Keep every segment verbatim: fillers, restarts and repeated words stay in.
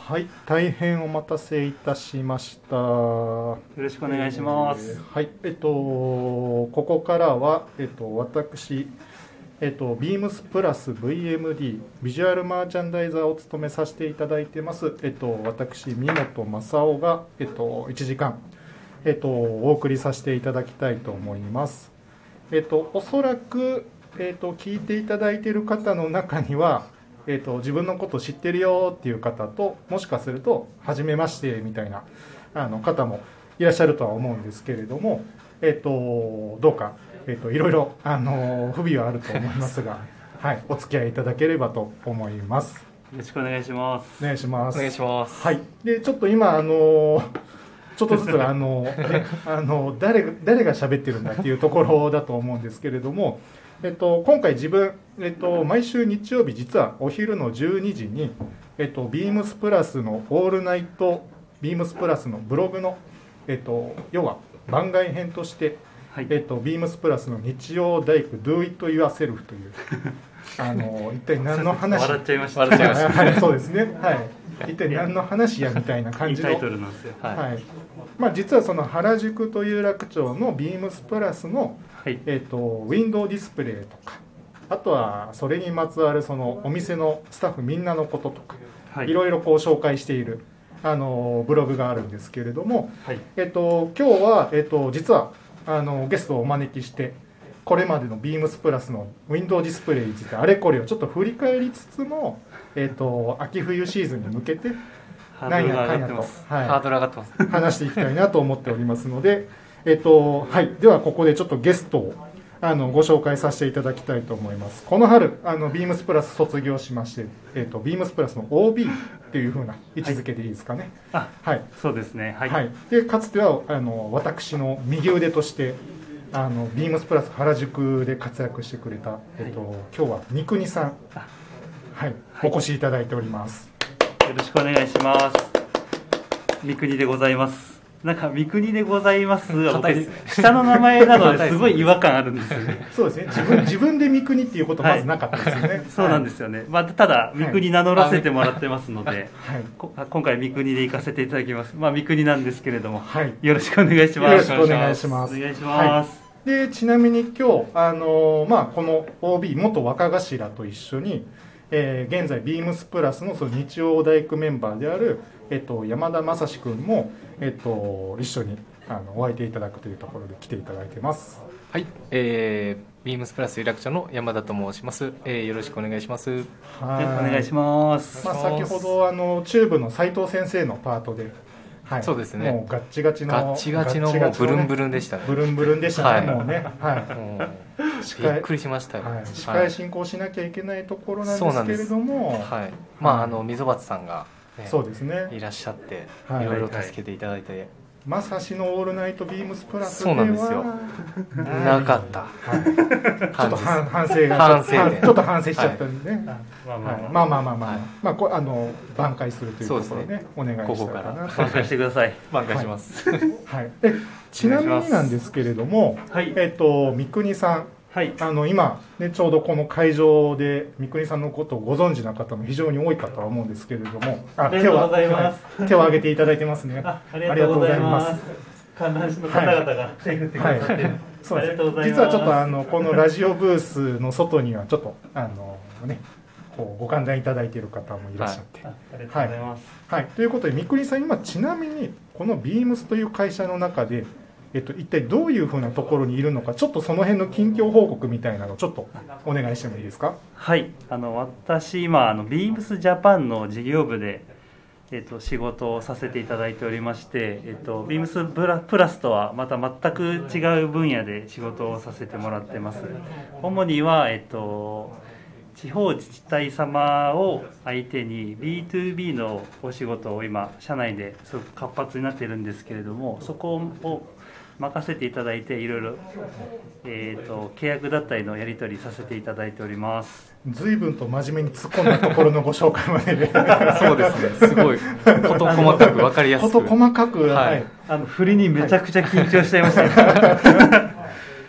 はい、大変お待たせいたしました。よろしくお願いします。 えー、はい、えっとここからはえっと私えっとビームスプラス ブイエムディー ビジュアルマーチャンダイザーを務めさせていただいてます。えっと私三本正夫がえっといちじかんえっとお送りさせていただきたいと思います。えっとおそらくえっと聞いていただいている方の中にはえー、と自分のことを知ってるよっていう方と、もしかすると初めましてみたいなあの方もいらっしゃるとは思うんですけれども、えー、とどうか、えー、といろいろあの不備はあると思いますが、はい、お付き合いいただければと思います。 よろしくお願いします。 お願いします。 お願いします。 はい、でちょっと今あのちょっとずつあの、ね、あの 誰, 誰が喋ってるんだっていうところだと思うんですけれども、えっと、今回自分、えっと、毎週日曜日実はお昼のじゅうにじに、えっと、ビームスプラスのオールナイトビームスプラスのブログの、えっと、要は番外編として、はい、えっと、ビームスプラスの日曜大工 Do It Yourself というあの一体何の話笑っちゃいました笑っちゃいましたはい、そうですね、はい、一体何の話やみたいな感じのいいタイトルなんですよ、 はいはい、まあ、実はその原宿という楽町のビームスプラスのはい、えーと、ウィンドウディスプレイとか、あとはそれにまつわるそのお店のスタッフみんなのこととか、はい、いろいろこう紹介しているあのブログがあるんですけれども、はい、えーと、今日は、えーと、実はあのゲストをお招きしてこれまでのビームスプラスのウィンドウディスプレイについてあれこれをちょっと振り返りつつも、えーと、秋冬シーズンに向けて何やかんやと、はい、 ハードル上がってます。 話していきたいなと思っておりますのでえっとはい、ではここでちょっとゲストをあのご紹介させていただきたいと思います。この春あのビームスプラス卒業しまして、えっと、ビームスプラスの オービー っていう風な位置づけでいいですかね。 はい、あ、はい、そうですね、はいはい、でかつてはあの私の右腕としてあのビームスプラス原宿で活躍してくれた、えっと、はい、今日は三國さん、はい、お越しいただいております。 よろしくお願いします。三國でございます。なんか三國でございます硬いですね。 下の名前なのですごい違和感あるんですよね。 そうですね。自分自分で三國っていうことまずなかったですよね。はい、 そうなんですよね。まあただ三國名乗らせてもらってますので、はい、今回三國で行かせていただきます。まあ三國なんですけれども、はい、よろしくお願いします。 よろしくお願いします。 お願いします。 はい、でちなみに今日あのまあこの オービー 元若頭と一緒に、えー、現在ビームスプラスのその日曜大工メンバーであるえっと山田正史君もえっと一緒にあのお相手いただくというところで来ていただいてます。 はい、えー、ビームスプラス有楽町の山田と申します。えー、よろしくお願いします。 はい、お願いします。 まあ、先ほどあのチューブの斉藤先生のパートで、 はい、そうですね。 もうガッチガチのガッチガチのもうブルンブルンでしたね。 ブルンブルンでしたね。はい、もうね、はい。 もうびっくりしましたよ。 はい、司会進行しなきゃいけないところなんですけれども、 はい。まああの溝端さんが、 ね、そうですね。 いらっしゃって、はい、いろいろ助けていただいて。はいはい、 まさしのオールナイトビームスプラスではそうなんですよ。なかった。はい、 ちょっと反省が反省ちょっと反省しちゃったんでね。 はい、まあまあまあまあまあまあまあ、はい、まあこあの挽回するというところでね、ねお願いしたいかな。ここから挽回してください。 挽回します。 はい。はい、でちなみになんですけれども、はい、えっと三國さん。はい、あの今、ね、ちょうどこの会場で三國さんのことをご存知な方も非常に多いかとは思うんですけれども、 ありがとうございます。 手を挙げていただいてますね。 ありがとうございます。観覧車の方々が手振ってくださって、はい、そうです。 実はちょっとあのこのラジオブースの外にはちょっとあのね、こうご観覧いただいている方もいらっしゃって、 はい、ありがとうございます。 はい、はい、ということで三國さん今ちなみにこのビームスという会社の中でえっと、一体どういうふうなところにいるのか、ちょっとその辺の近況報告みたいなのをちょっとお願いしてもいいですか。 はい、あの私今あのビームスジャパンの事業部で、えっと、仕事をさせていただいておりまして、えっと、ビームスプラ、プラスとはまた全く違う分野で仕事をさせてもらってます。主には、えっと、地方自治体様を相手に ビーツービー のお仕事を今社内ですごく活発になっているんですけれども、そこを任せていただいていろいろ、えー、と契約だったりのやり取りさせていただいております。 随分と真面目に突っ込んだところのご紹介まででそうですね、すごい事細かく分かりやすく事細かく、 はい、あの振りにめちゃくちゃ緊張しちゃいました、ね、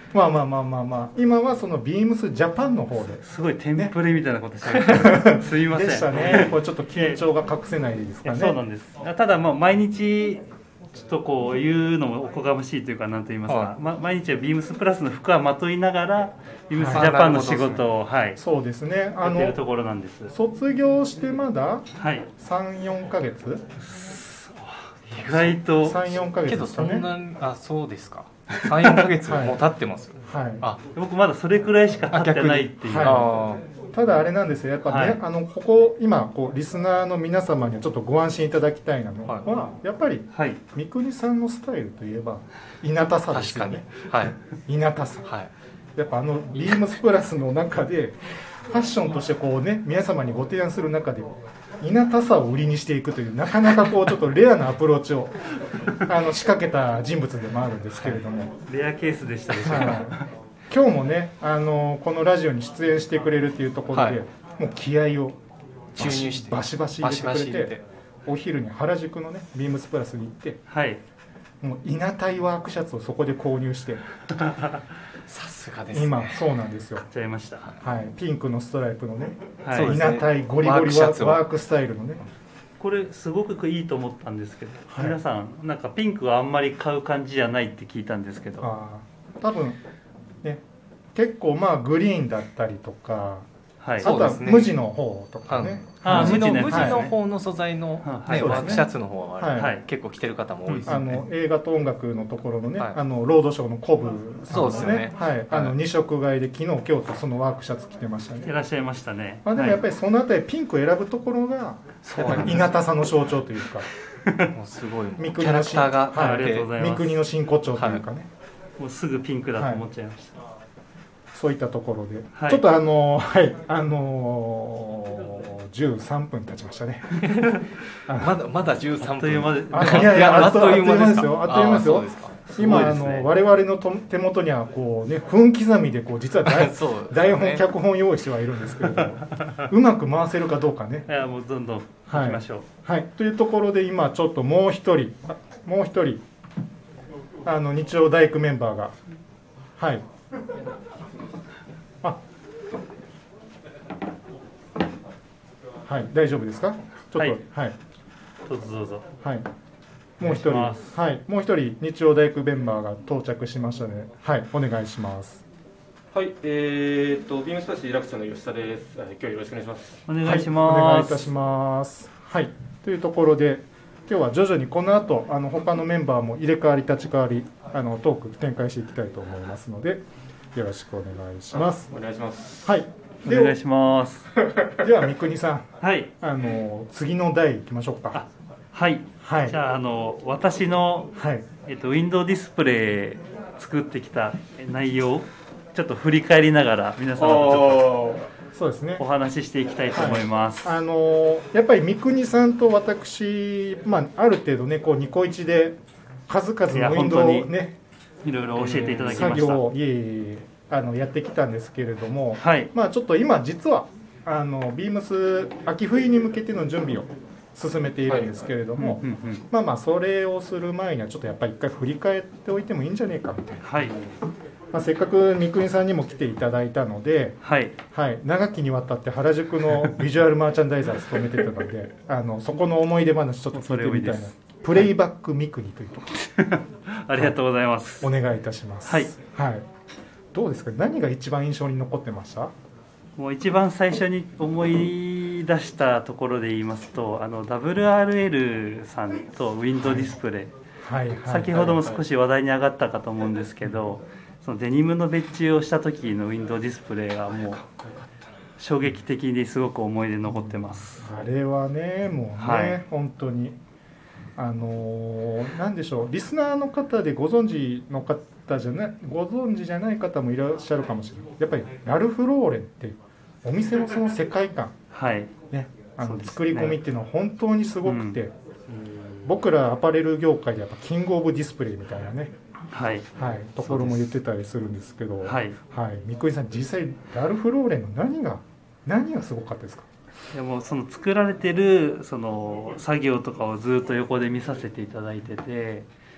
まあまあまあまあまあ今はそのビームスジャパンの方ですごいテンプレみたいなことしてました、ね、すいませんでしたね。これちょっと緊張が隠せないですかね。 そうなんです。ただもう毎日ちょっとこう言うのもおこがましいというか何と言いますか、はい、ま、毎日はビームスプラスの服はまといながらビームスジャパンの仕事を、はい、 そうですね、あのやってるところなんです。 卒業してまださん、よんかげつ、 意外とさん、よんかげつけどですかね。 そんなあそうですかさん、よんかげつもう経ってますよ、 はい、 あ僕まだそれくらいしか経ってないっていう、 はい、ただあれなんですよやっぱね、はい、あのここ今こうリスナーの皆様にはちょっとご安心いただきたいのは、はい、やっぱり、はい、三國さんのスタイルといえばいなたさですよね。 確かに、はい、 いなたさ、 はい、 やっぱあのビームスプラスの中でファッションとしてこうね皆様にご提案する中でいなたさを売りにしていくというなかなかこうちょっとレアなアプローチをあの仕掛けた人物でもあるんですけれども、 レアケースでしたでしょうか、はい、 今日もねあのこのラジオに出演してくれるというところで、はい、もう気合を注入してバシバシ入れてくれて、バシバシ入れてお昼に原宿のねビームスプラスに行って、はい、もう稲体ワークシャツをそこで購入してさすがですね。 今そうなんですよ。 買っちゃいました。 はい、ピンクのストライプのね、 はい、 稲体ゴリゴリワーク、ワークスタイルのね。 これすごくいいと思ったんですけど、はい、皆さんなんかピンクはあんまり買う感じじゃないって聞いたんですけど、 あ多分ね結構まあグリーンだったりとか、はい、あとは無地の方とかね、 あ無地の無地の方の素材の、はいね、ワークシャツの方は、はい、結構着てる方も多いですね、 うん、あの映画と音楽のところのね、はい、あのロードショーのコブさんの ね, ね、はい、あのに色買いで昨日今日とそのワークシャツ着てましたね。 いらっしゃいましたね。 あでもやっぱりそのあたりピンクを選ぶところがやっぱり稲田さの象徴というかもうすごい三国のキャラクターが、 はい、ありがとうございます。 三国の真骨頂というかね、はい、 もうすぐピンクだと思っちゃいました、はい、 そういったところで、はい、ちょっとあのはいあのー、じゅうさんぷん経ちましたねまだまだじゅうさんぷん。 あっという間で、いやいやあっという間ですよ。 あっという間ですよ。 今、ね、あの我々のと手元にはこうね分刻みでこう実は 台, ね、台本脚本用意してはいるんですけれどもうまく回せるかどうかね。 いやもうどんどん行きましょう、 はい、はい、というところで今ちょっともう一人もう一人あの日曜大工メンバーがはいあはい大丈夫ですか。ちょっとはい、はい、 どうぞどうぞ。 はいもう一人、はい、もう一人日曜大工メンバーが到着しましたので、はい、お願いします。 はい、えー、っとビームスプラス有楽町の吉田です。今日はよろしくお願いします。 お願いします。 はい、お願いいたします。はい、というところで今日は徐々にこの後あの他のメンバーも入れ替わり立ち替わりあのトーク展開していきたいと思いますのでよろしくお願いします。 お願いします。 はい。 お願いします。 では三國さん、 はい、 あの次の題いきましょうか。 はい、はい、じゃあ、あの私の、はいえっと、ウィンドウディスプレイ作ってきた内容ちょっと振り返りながら皆さんとちょっとそうですねお話ししていきたいと思います。 はい、あのやっぱり三國さんと私、まあ、ある程度ねこうニコイチで数々のウィンドウをねいろいろ教えていただきました、 作業をいえいえあのやってきたんですけれども、 はいまあ、ちょっと今実はあのビームス秋冬に向けての準備を進めているんですけれども、はいうんうんうん、まあまあそれをする前にはちょっとやっぱり一回振り返っておいてもいいんじゃねえかみたいな、 はいまあ、せっかく三國さんにも来ていただいたので、 はいはい、長きにわたって原宿のビジュアルマーチャンダイザーを務めてたのであのそこの思い出話ちょっと聞いてみたいなプレイバック三國というところありがとうございます、 はい、お願いいたします。 はい、 はい、どうですか何が一番印象に残ってました？ もう一番最初に思い出したところで言いますとあの ダブリューアールエル さんとウィンドウディスプレイ、 はいはいはい、 先ほども少し話題に上がったかと思うんですけどそのデニムの別注をした時のウィンドウディスプレイがもう衝撃的にすごく思い出残ってます。 あれはねもうね、はい、本当にあのー、なんでしょうリスナーの方でご存知の方じゃないご存知じゃない方もいらっしゃるかもしれない。やっぱりラルフ・ローレンってお店のその世界観、 はいね、あの作り込みっていうのは本当にすごくて、うん、僕らアパレル業界でやっぱキングオブディスプレイみたいなね、 はいはい、ところも言ってたりするんですけど、 はいはい、三國さん実際ラルフ・ローレンの何が何がすごかったですか？ いやもうその作られてるその作業とかをずっと横で見させていただいてて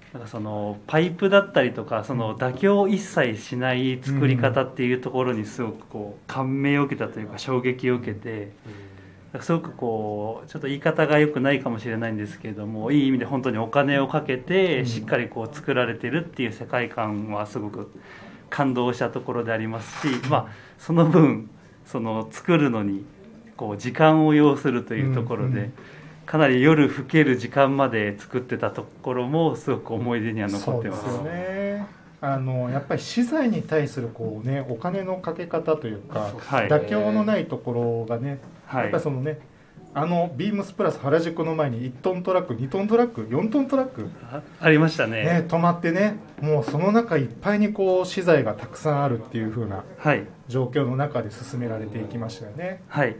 なんかそのパイプだったりとかその妥協を一切しない作り方っていうところにすごくこう感銘を受けたというか衝撃を受けて、すごくこうちょっと言い方が良くないかもしれないんですけれども、いい意味で本当にお金をかけてしっかりこう作られてるっていう世界観はすごく感動したところでありますし、まあその分その作るのにこう時間を要するというところで、かなり夜更ける時間まで作ってたところもすごく思い出には残ってます。 そうですよね。あのやっぱり資材に対するこうねお金のかけ方というか、 はい、 妥協のないところがね、はい、やっぱりそのねあのビームスプラス原宿の前にいちトントラックにトントラックよんトントラックあ, ありました ね, ね止まってね、もうその中いっぱいにこう資材がたくさんあるっていう風な状況の中で進められていきましたよね。 はい、 はい、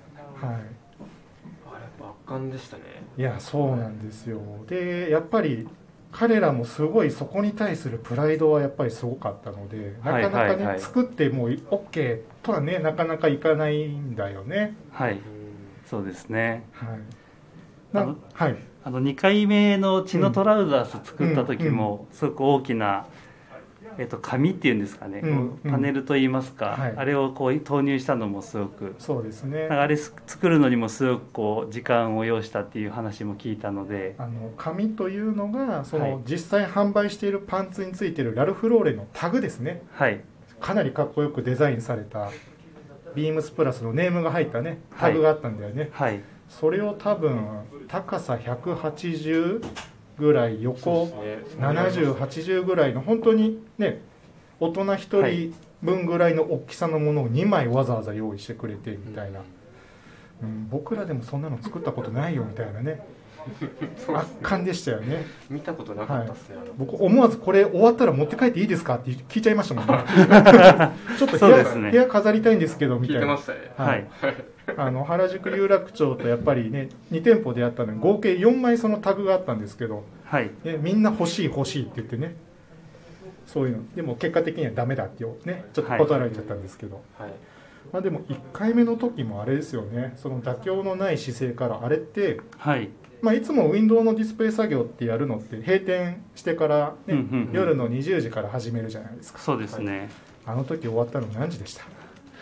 圧巻でしたね。 いやそうなんですよ。でやっぱり彼らもすごいそこに対するプライドはやっぱりすごかったので、なかなかね、はいはいはい、作ってもう OK とはねなかなかいかないんだよね。 はい、そうですね。 はい、 あの、はい、あのにかいめの血のトラウザース作った時もすごく大きな、えっと、紙っていうんですかね、うんうん、パネルといいますか、はい、あれをこう投入したのもすごく、 そうですね、 あれ作るのにもすごくこう時間を要したっていう話も聞いたので、 あの紙というのがその、はい、実際販売しているパンツについているラルフローレンのタグですね、はい、かなりかっこよくデザインされたビームスプラスのネームが入ったねタグがあったんだよね、はいはい、それを多分高さひゃくはちじゅうぐらい、横ななじゅう、はちじゅうぐらいの本当にね大人ひとり分ぐらいの大きさのものをにまいわざわざ用意してくれてみたいな、うん、僕らでもそんなの作ったことないよみたいなね圧巻でしたよね。 見たことなかったっすね、はい、 僕思わずこれ終わったら持って帰っていいですかって聞いちゃいましたもんねちょっと部屋、ね、部屋飾りたいんですけどみたいな。聞いてましたね、はい、あの原宿有楽町とやっぱりねに店舗でやったのに合計よんまいそのタグがあったんですけど、はい、ね、みんな欲しい欲しいって言ってね、そういうのでも結果的にはダメだってねちょっと断られちゃったんですけど、はいはい、まあ、でもいっかいめの時もあれですよね、その妥協のない姿勢からあれって、はい、まあ、いつもウィンドウのディスプレイ作業ってやるのって閉店してから、ね、うんうんうん、夜のにじゅうじから始めるじゃないですか。 そうですね、はい、 あの時終わったの何時でした？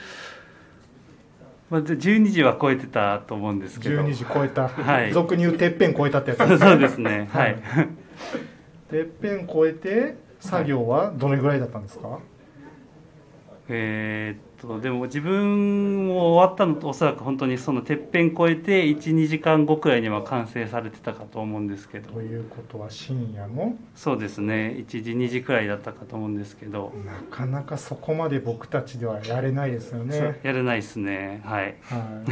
まあ、じゅうにじは超えてたと思うんですけど、 じゅうにじ超えた、 はい、 俗に言うてっぺん超えたってやつですねそうですね、はい、 てっぺん超えて作業はどれぐらいだったんですか？ えー、っとでも自分も終わったのとおそらく本当にそのてっぺん超えて いちにじかんごくらいには完成されてたかと思うんですけど。 ということは深夜の？ そうですね、いちじにじくらいだったかと思うんですけど、 なかなかそこまで僕たちではやれないですよね。 やれないですね、はい、 はい、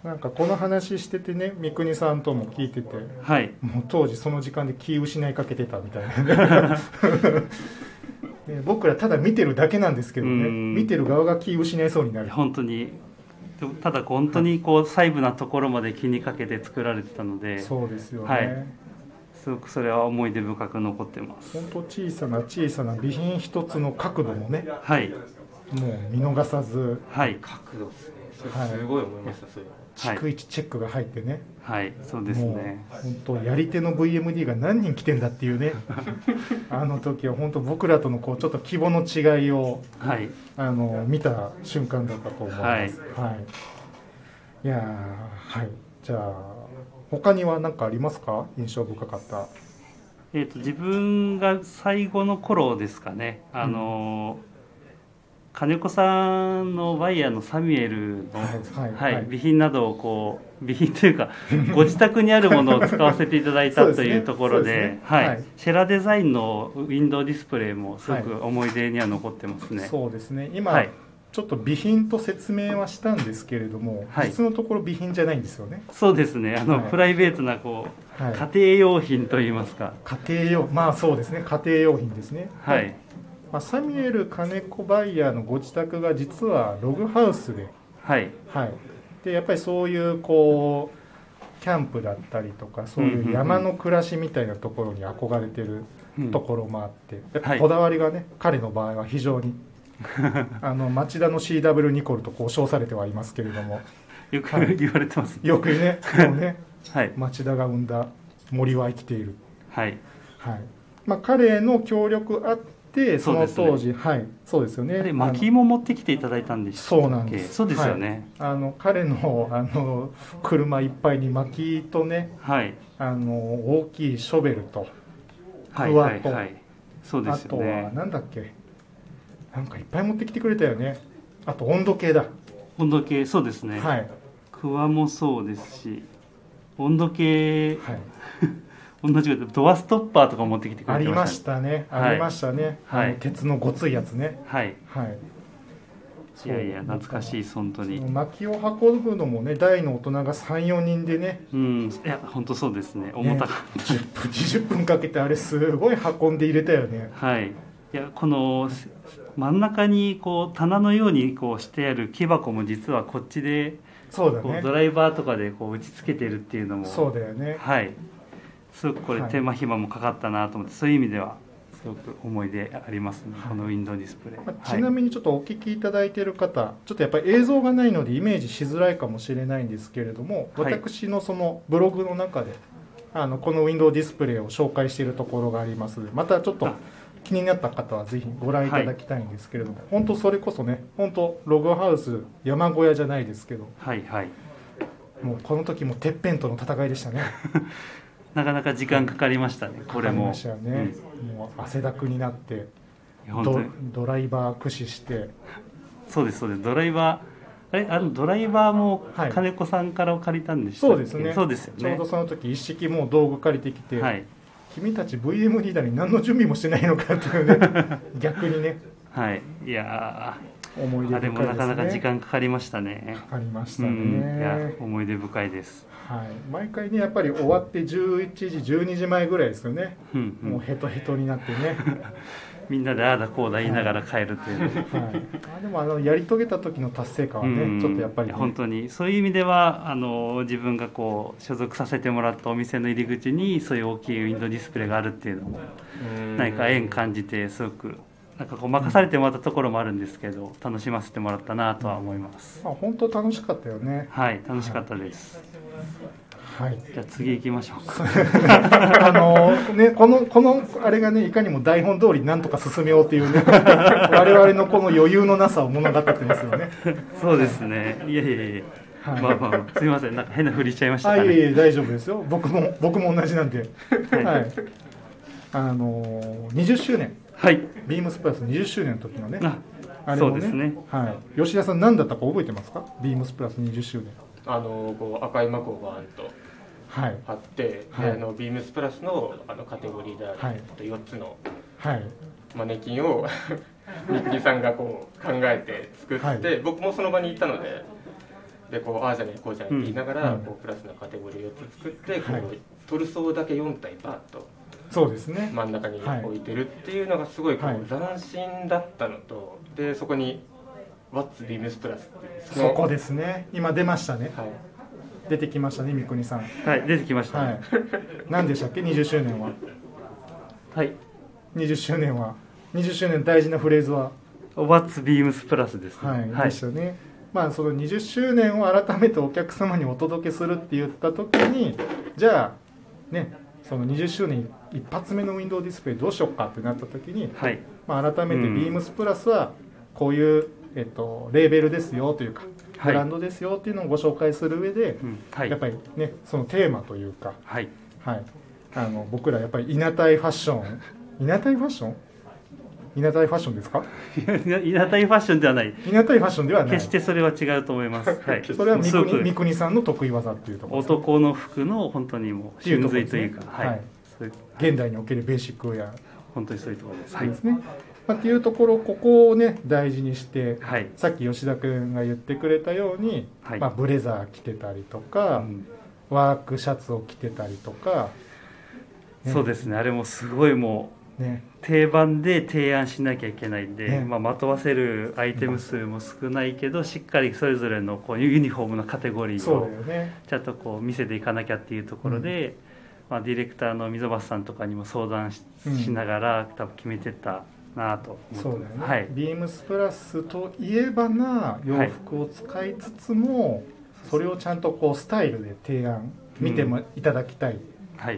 なんかこの話しててね三國さんとも聞いてて、 はい、 もう当時その時間で気失いかけてたみたいなね、僕らただ見てるだけなんですけどね、見てる側が気失いそうになる。 本当にただ本当にこう細部なところまで気にかけて作られてたので、 そうですよね、 はい、すごくそれは思い出深く残ってます。 本当小さな小さな備品一つの角度もね、 はい、 もう見逃さず、 はい、 角度ですね、すごい思いました、はい、そういうの逐一チェックが入ってね、 はい、そうですね、 本当やり手の ブイエムディー が何人来てんだっていうねあの時は本当僕らとのこうちょっと規模の違いを、はい、あの見た瞬間だったと思います、はいはい、いやはい、じゃあ他には何かありますか、印象深かった。 えーと、自分が最後の頃ですかね、あの、うん、金子さんのバイヤーのサミュエルの、はいはいはい、備品などをこう備品というかご自宅にあるものを使わせていただいたというところで、ねはいはい、シェラデザインのウィンドウディスプレイもすごく思い出には残ってますね、 はい、そうですね、今、はい、ちょっと備品と説明はしたんですけれども、はい、実のところ備品じゃないんですよね。 そうですね、あの、はい、プライベートなこう、はい、家庭用品といいますか、 家庭用、まあそうですね、家庭用品ですね、 はい、 まあ、サミュエル金子バイヤーのご自宅が実はログハウスで、はいはい、でやっぱりそういうこうキャンプだったりとかそういう山の暮らしみたいなところに憧れてるところもあって、やっぱこだわりがね、はい、彼の場合は非常にあの町田の シーダブリュー ニコルとこう称されてはいますけれどもよく、はい、言われてます、 ね、よくね、もうね、 はい、 町田が生んだ森は生きている、 はいはい、 まあ、彼の協力あってその当時、はいそうですよね。 で薪も持ってきていただいたんでしたっけ？ そうなんです。 そうですよね。 はい、あの彼のあの車いっぱいに薪とね、 はい、 あの大きいショベルとクはいワと、 はいはい、そうですよね。 あとはなんだっけ、なんかいっぱい持ってきてくれたよね。あと温度計だ。 温度計、そうですね。 はい。 クワもそうですし、温度計、 はい、 同じくドアストッパーとか持ってきてくれてましたね。 ありましたね。ありましたね。 はい、 あの鉄のごついやつね。 はいはい。 いやいや懐かしい本当に。 薪を運ぶのもね、大の大人がさん、よにんでね。 うん、いや本当そうですね。重たかった。 ね、じゅっぷん、にじゅっぷんかけてあれすごい運んで入れたよね。 はい。いやこの真ん中にこう棚のようにこうしてある木箱も実はこっちでそうだね、 こうドライバーとかでこう打ち付けてるっていうのもそうだよね。 はい。すごくこれ手間暇もかかったなと思って、そういう意味ではすごく思い出ありますね、はい、このウィンドウディスプレイ、 まあ、ちなみにちょっとお聞きいただいている方、はい、ちょっとやっぱり映像がないのでイメージしづらいかもしれないんですけれども、はい、私のそのブログの中であのこのウィンドウディスプレイを紹介しているところがありますので、またちょっと気になった方はぜひご覧いただきたいんですけれども、はい、本当それこそね、本当ログハウス山小屋じゃないですけど、 はいはい、 もうこの時もてっぺんとの戦いでしたね。 なかなか時間かかりましたね、これも。 かかりましたよね、うん、もう汗だくになってド、ドライバー駆使して。 そうですそうです、ドライバー、あれあのドライバーも金子さんから借りたんでしたっけ？ そうですね、 そうですよね。 ちょうどその時一式もう道具借りてきて、 はい、 君たち ブイエム リーダーに何の準備もしてないのかっていうね逆にね、 はい、いや思い出深いですね。 あれもなかなか時間かかりましたね。 かかりましたね、 うん、いや思い出深いです。 はい、毎回ねやっぱり終わってじゅういちじじゅうにじまえぐらいですよね、うんうん、もうヘトヘトになってねみんなでああだこうだ言いながら帰るという、はいはい、 あでもあのやり遂げた時の達成感はね、うん、ちょっとやっぱり、ね、 本当にそういう意味ではあの自分がこう所属させてもらったお店の入り口にそういう大きいウィンドウディスプレイがあるっていうのも何か縁感じて、すごくなんかこう任されてもらったところもあるんですけど、楽しませてもらったなとは思います、 うん、まあ、本当楽しかったよね。 はい、楽しかったです、 はい、 じゃあ次行きましょうかあのね、このこのあれがねいかにも台本通りなんとか進めようっていうね我々のこの余裕のなさを物語ってますよね。 そうですね、いやいやいや、はい、まあまあすみません、なんか変なふりしちゃいましたかね。 あ、いえいえ大丈夫ですよ、僕も僕も同じなんで、はいはい、あのにじゅっしゅうねん、 はい、 ビームスプラスにじゅっしゅうねんの時のね、 ああれもね、 そうですね、 はい、吉田さん何だったか覚えてますか？ビームスプラスにじゅっしゅうねん、 あのこう赤いマコがバーンとあって、はい、であのビームスプラスのあのカテゴリーであるとよっつのマネキンを三國さんがこう考えて作って、はい、僕もその場に行ったので、でこうああじゃねこうじゃねって言いながら、うん、こうプラスのカテゴリーよっつ作って、こう、はい、トルソーだけよんたいバーッとそうですね、 真ん中に置いてるっていうのがすごいこう、はい、斬新だったのと、でそこに What's Beams Plus っていうそこですね、今出ましたね、はい、出てきましたね、三國さん。 はい、出てきました、ね、はい、 何でしたっけ、にじゅっしゅうねんは。 はい、 にじゅっしゅうねんはにじゅっしゅうねん大事なフレーズは What's Beams Plus ですね。 はい、はい、でしたね。まあそのにじゅっしゅうねんを改めてお客様にお届けするって言った時に、じゃあね、そのにじゅっしゅうねん一発目のウィンドウディスプレイどうしようかってなった時に、はい、まあ、改めて ビームス プラスはこういう、えっと、レーベルですよというか、はい、ブランドですよっていうのをご紹介する上で、うんはい、やっぱりねそのテーマというか、はいはい、あの僕らやっぱり稲体ファッション、稲体ファッション稲体ファッションですか？ 稲体ファッションではない。 稲体ファッションではない。 決してそれは違うと思います。はい、 それは三國さんの得意技っていうところです、ね。 男の服の本当にもう真髄というか、はい、はい、 そういう現代におけるベーシックウェア。 本当にそういうところです。 はい、ですね。まあ、っていうところここをね大事にして、はい、さっき吉田君が言ってくれたように、はい、まあ、ブレザー着てたりとか、うん、ワークシャツを着てたりとか、 ね、そうですね。あれもすごいもう。ね、定番で提案しなきゃいけないんで、ね、まあ、まとわせるアイテム数も少ないけどしっかりそれぞれのこうユニフォームのカテゴリーをちゃんとこう見せていかなきゃっていうところで、うん、まあ、ディレクターの溝端さんとかにも相談 し,、うん、しながら多分決めてたなと思って。 そうだよね、 はい、 ビームスプラスといえばな洋服を使いつつも、はい、それをちゃんとこうスタイルで提案見てもいただきたい、 はい、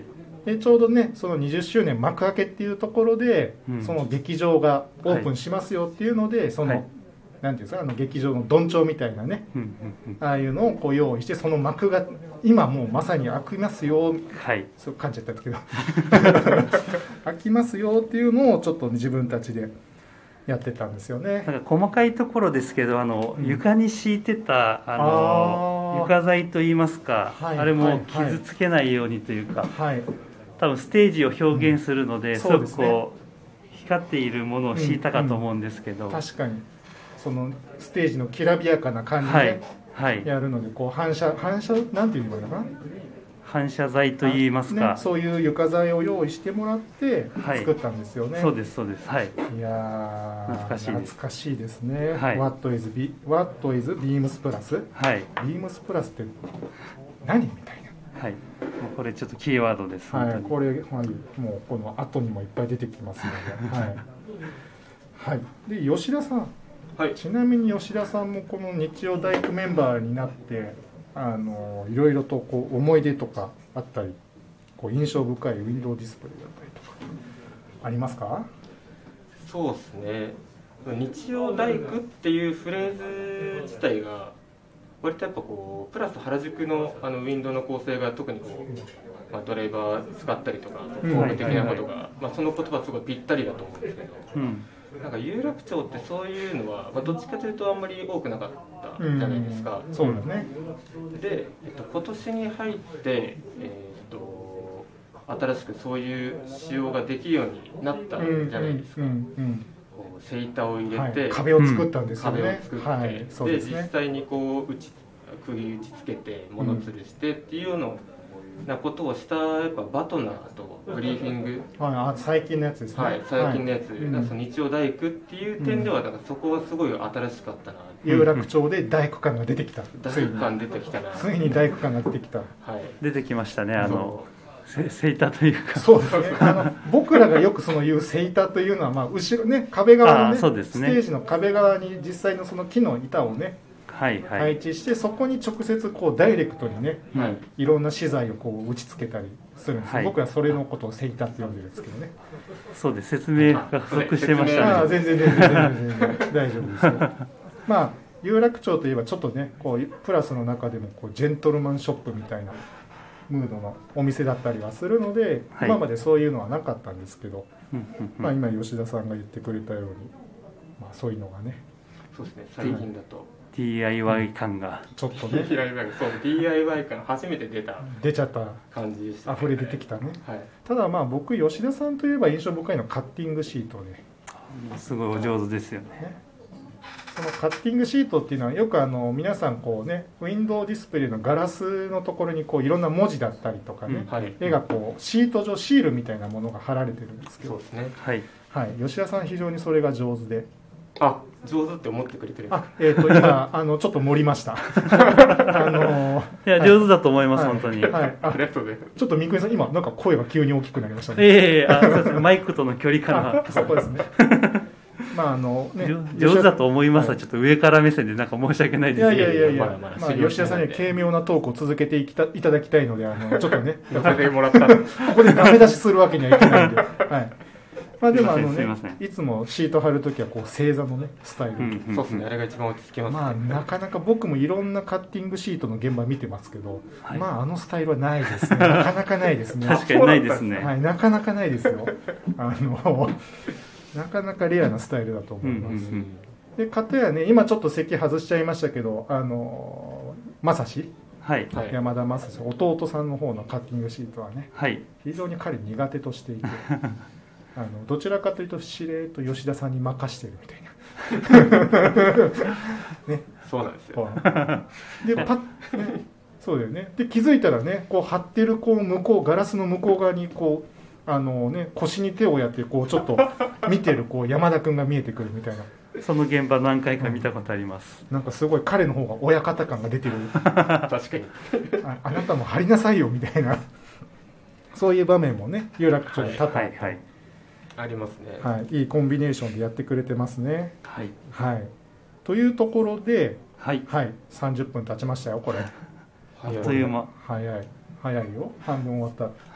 でちょうどねそのにじゅっしゅうねん幕開けっていうところで、うん、その劇場がオープンしますよっていうので、はい、その、はい、なんていうんですか、あの劇場のどんちょうみたいなね、うんうんうん、ああいうのをこう用意して、その幕が今もうまさに開きますよ、はい、そう噛んじゃったんですけど開きますよっていうのをちょっと自分たちでやってたんですよね。 なんか細かいところですけど、あの、うん、床に敷いてたあのあ床材といいますか、はい、あれも傷つけないようにというか、はい、多分ステージを表現するので、うん、すごくこう光っているものを敷いたかと思うんですけど、 うんうん、確かにそのステージのきらびやかな感じで、はいはい、やるのでこう反射反射なんていうのかな、 反射材といいますか、 ね、そういう床材を用意してもらって作ったんですよね、 はい、そうですそうです、はい、 いや懐かしいです懐かしいですね、はい、What is, B- What is Beams Plus、はい、Beams Plus って何みたいな、 はい、もうこれちょっとキーワードです、 はい、これ、はい、もうこの後にもいっぱい出てきますので、はいはい、で吉田さん、はい、ちなみに吉田さんもこの日曜大工メンバーになってあのいろいろとこう思い出とかあったり、こう印象深いウィンドウディスプレイだったりとかありますか？ そうですね、日曜大工っていうフレーズ自体が割とやっぱこうプラス原宿のあのウィンドウの構成が特にこう、まあ、ドライバー使ったりとか工具的なことが、まあ、その言葉すごいぴったりだと思うんですけど、うん、なんか有楽町ってそういうのは、まあ、どっちかというとあんまり多くなかったじゃないですか。 うん、そうだね。 で、えっと、今年に入って、えー、っと新しくそういう仕様ができるようになったじゃないですか。セイタを入れて、はい、 壁を作ったんですよね。 壁を作って、はい、そうですね、で実際にこう打ち釘打ちつけて物吊るしてっていうような、なことをしたやっぱバトナーとブリーフィング、 はい、あ最近のやつですね、 はい、最近のやつ、はい、うん、その日曜大工っていう点ではだからそこはすごい新しかったな、 有楽町で大工感が出てきた、 大工感出てきたな、 ついに大工感が出てきた、はい、 出てきましたね、あのセイタというか、 そうですね、あの僕らがよくその言うセイタというのは、まあ、後ろね壁側の ね, そうですねステージの壁側に実際のその木の板をね、はいはい、配置してそこに直接こうダイレクトにね、はい、いろんな資材をこう打ち付けたりするんです、はい、僕はそれのことをセイタって呼んでるんですけどね。 そうです、説明が不足してましたね。 あ全然全然全然全然大丈夫ですよまあ有楽町といえばちょっとねこうプラスの中でもこうジェントルマンショップみたいなムードのお店だったりはするので、はい、今までそういうのはなかったんですけど、まあ、今吉田さんが言ってくれたように、まあ、そういうのがね、 そうですね、最近だとディーアイワイ 感が、 うん、ちょっとねディーアイワイ そう ディーアイワイ 感初めて出た出ちゃった感じでした、ね、 溢れ出てきたね、 はい、 ただまあ僕吉田さんといえば印象深いのはカッティングシートで、 すごいお上手ですよね。 ね、そのカッティングシートっていうのはよくあの皆さんこうねウィンドウディスプレイのガラスのところにこういろんな文字だったりとかね、うん、はい、絵がこうシート上シールみたいなものが貼られてるんですけど、 そうですね、 はい、はい、吉田さん非常にそれが上手で、 あ上手って思ってくれてるんですか。 あ、えー、と今あのちょっと盛りましたあのいや、はい、上手だと思います、はい、本当に、 はい、あありがとうございます。ちょっと三國さん今なんか声が急に大きくなりましたね。 ええー、あそうですね、マイクとの距離感がそこですねまああのね、 上手だと思います、はい、ちょっと上から目線でなんか申し訳ないですけど、 いやいやいやいや、まあまあ、吉田さんには軽妙なトークを続けていきたいただきたいので、あのちょっとね寄せてもらったここでダメ出しするわけにはいけないんで、はい、まあでもあのね、いつもシート貼るときはこう正座のねスタイル、うんうん、そうですね、あれが一番落ち着きます、ね、 まあなかなか僕もいろんなカッティングシートの現場見てますけど、はい、まああのスタイルはないですね、なかなかないですね確かにないですね、 はい、なかなかないですよあのなかなかレアなスタイルだと思います、うんうんうん、でかたやね今ちょっと席外しちゃいましたけど、あの正志、はい、山田正志弟さんの方のカッティングシートはね、はい、非常に彼苦手としていてあのどちらかというとしれっと吉田さんに任してるみたいなね、そうなんですよでパッ、ね、そうだよね。で気づいたらねこう貼ってるこう向こうガラスの向こう側にこうあのね、腰に手をやってこうちょっと見てるこう山田君が見えてくるみたいな、 その現場何回か見たことあります、 うん、なんかすごい彼の方が親方感が出てる確かにあ, あなたも張りなさいよみたいなそういう場面もね有楽町で多々、はいはいはい、 ありますね、 はい、いいコンビネーションでやってくれてますね、はいはい、というところで、はいはい、さんじゅっぷん経ちましたよこれあっという間、 早い早いよ、半分終わった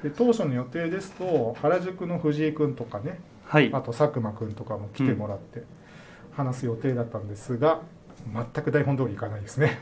で当初の予定ですと原宿の藤井君とかね、 はい、 あと佐久間君とかも来てもらって話す予定だったんですが、うん、全く台本通りいかないですね。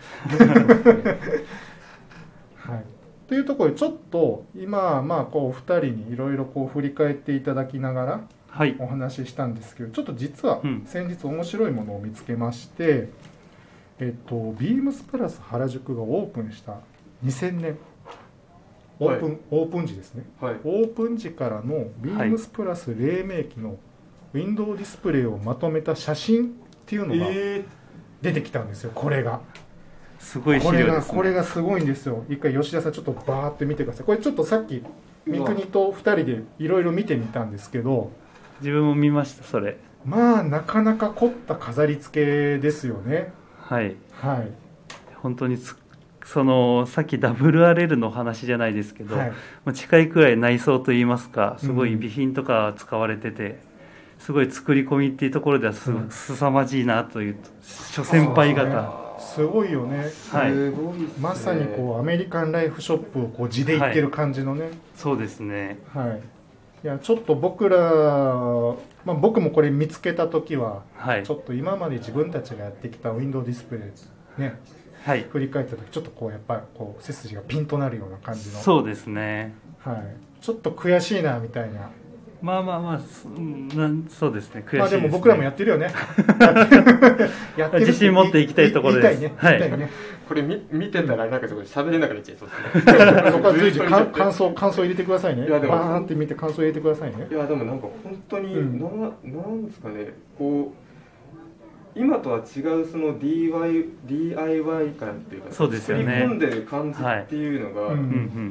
はい、というところでちょっと今まあこうふたりにいろいろこう振り返っていただきながらお話ししたんですけど、ちょっと実は先日面白いものを見つけまして、うん、えっとビームスプラス原宿がオープンしたにせんねんオープン、はい、オープン時ですね、はい、オープン時からのビームスプラス黎明期のウィンドウディスプレイをまとめた写真っていうのが出てきたんですよ。これがすごい資料ですね。 これがこれがすごいんですよ。一回吉田さんちょっとバーって見てください。これちょっとさっき三國とふたりでいろいろ見てみたんですけど、 自分も見ました。それまあなかなか凝った飾り付けですよね。 はいはい。 本当につそのさっき ダブリューアールエル の話じゃないですけど、はい、まあ、近いくらい内装といいますか、すごい備品とか使われてて、うん、すごい作り込みっていうところでは す,、うん、すさまじいなという諸先輩方、 すごいよね。 はい、 まさにこうアメリカンライフショップをこう地で行ってる感じのね、はい、 そうですね。 はい。いやちょっと僕ら、まあ、僕もこれ見つけた時は、はい、ちょっと今まで自分たちがやってきたウィンドウディスプレイね、はい、振り返った時ちょっとこうやっぱりこう背筋がピンとなるような感じの、 そうですね、 はい、ちょっと悔しいなみたいな。 まあまあまあ、なんそうですね、悔しいですね。 まあでも僕らもやってるよね。 やってる自信持っていきたいところです。 言いたいね。言いたいね。 これ 見, 見てたらなんかそこで喋れなくなっちゃいそうですね。 そこは随時感想感想入れてくださいね。いやでもバーンって見て感想入れてくださいね。 いやでもなんか本当に、うん、な, なんですかね、こう今とは違うその ディーアイワイ ディーアイワイ 感っていうか、 そうですよね、 作り込んでる感じっていうのが、はい、うん、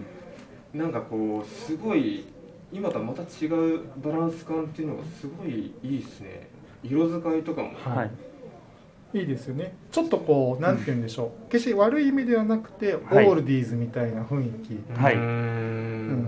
なんかこうすごい今とはまた違うバランス感っていうのがすごいいいですね。色使いとかも、 はい、いいですよね。ちょっとこうなんて言うんでしょう、うん、決して悪い意味ではなくて、はい、オールディーズみたいな雰囲気、はい、うん、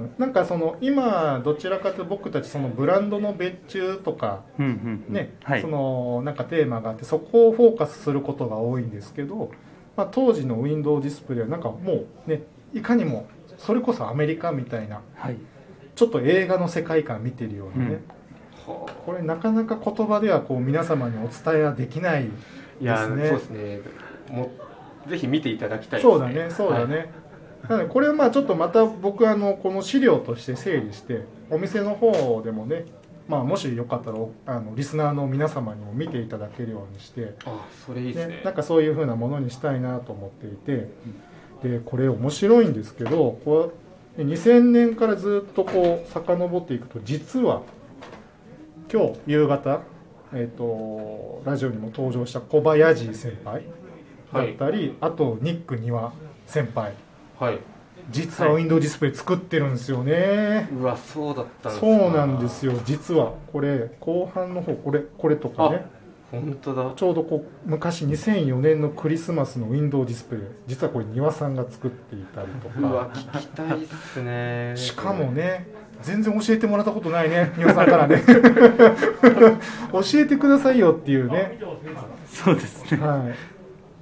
なんかその今どちらかというと僕たちそのブランドの別注とか、うんうんうん、ね、はい、そのなんかテーマがあってそこをフォーカスすることが多いんですけど、まあ、当時のウィンドウディスプレイはなんかもうね、いかにもそれこそアメリカみたいな、はい、ちょっと映画の世界観見てるようなね、うん、これなかなか言葉ではこう皆様にお伝えはできないですね。 いやそうですね。もうぜひ見ていただきたいですね。 そうだね、そうだね。はい、なのでこれはまあちょっとまた僕あのこの資料として整理してお店の方でもね、まあもしよかったらあのリスナーの皆様にも見ていただけるようにして、 あ、それいいですね。 ね、なんかそういう風なものにしたいなと思っていて、でこれ面白いんですけど、こうにせんねんからずっとこう遡っていくと、実は今日夕方、えーと、ラジオにも登場した小林先輩だったり、はい、あとニック庭先輩、はい、実はウィンドウディスプレイ作ってるんですよね。 うわ、そうだったんですか。 そうなんですよ。実はこれ後半の方、これこれとかね、 本当だ。 ちょうどこう昔にせんよねんのクリスマスのウィンドウディスプレイ、実はこれ庭さんが作っていたりとか。 うわ、聞きたいっすね。 しかもね、全然教えてもらったことないね、庭さんからね。教えてくださいよっていうね。 そうですね。はい。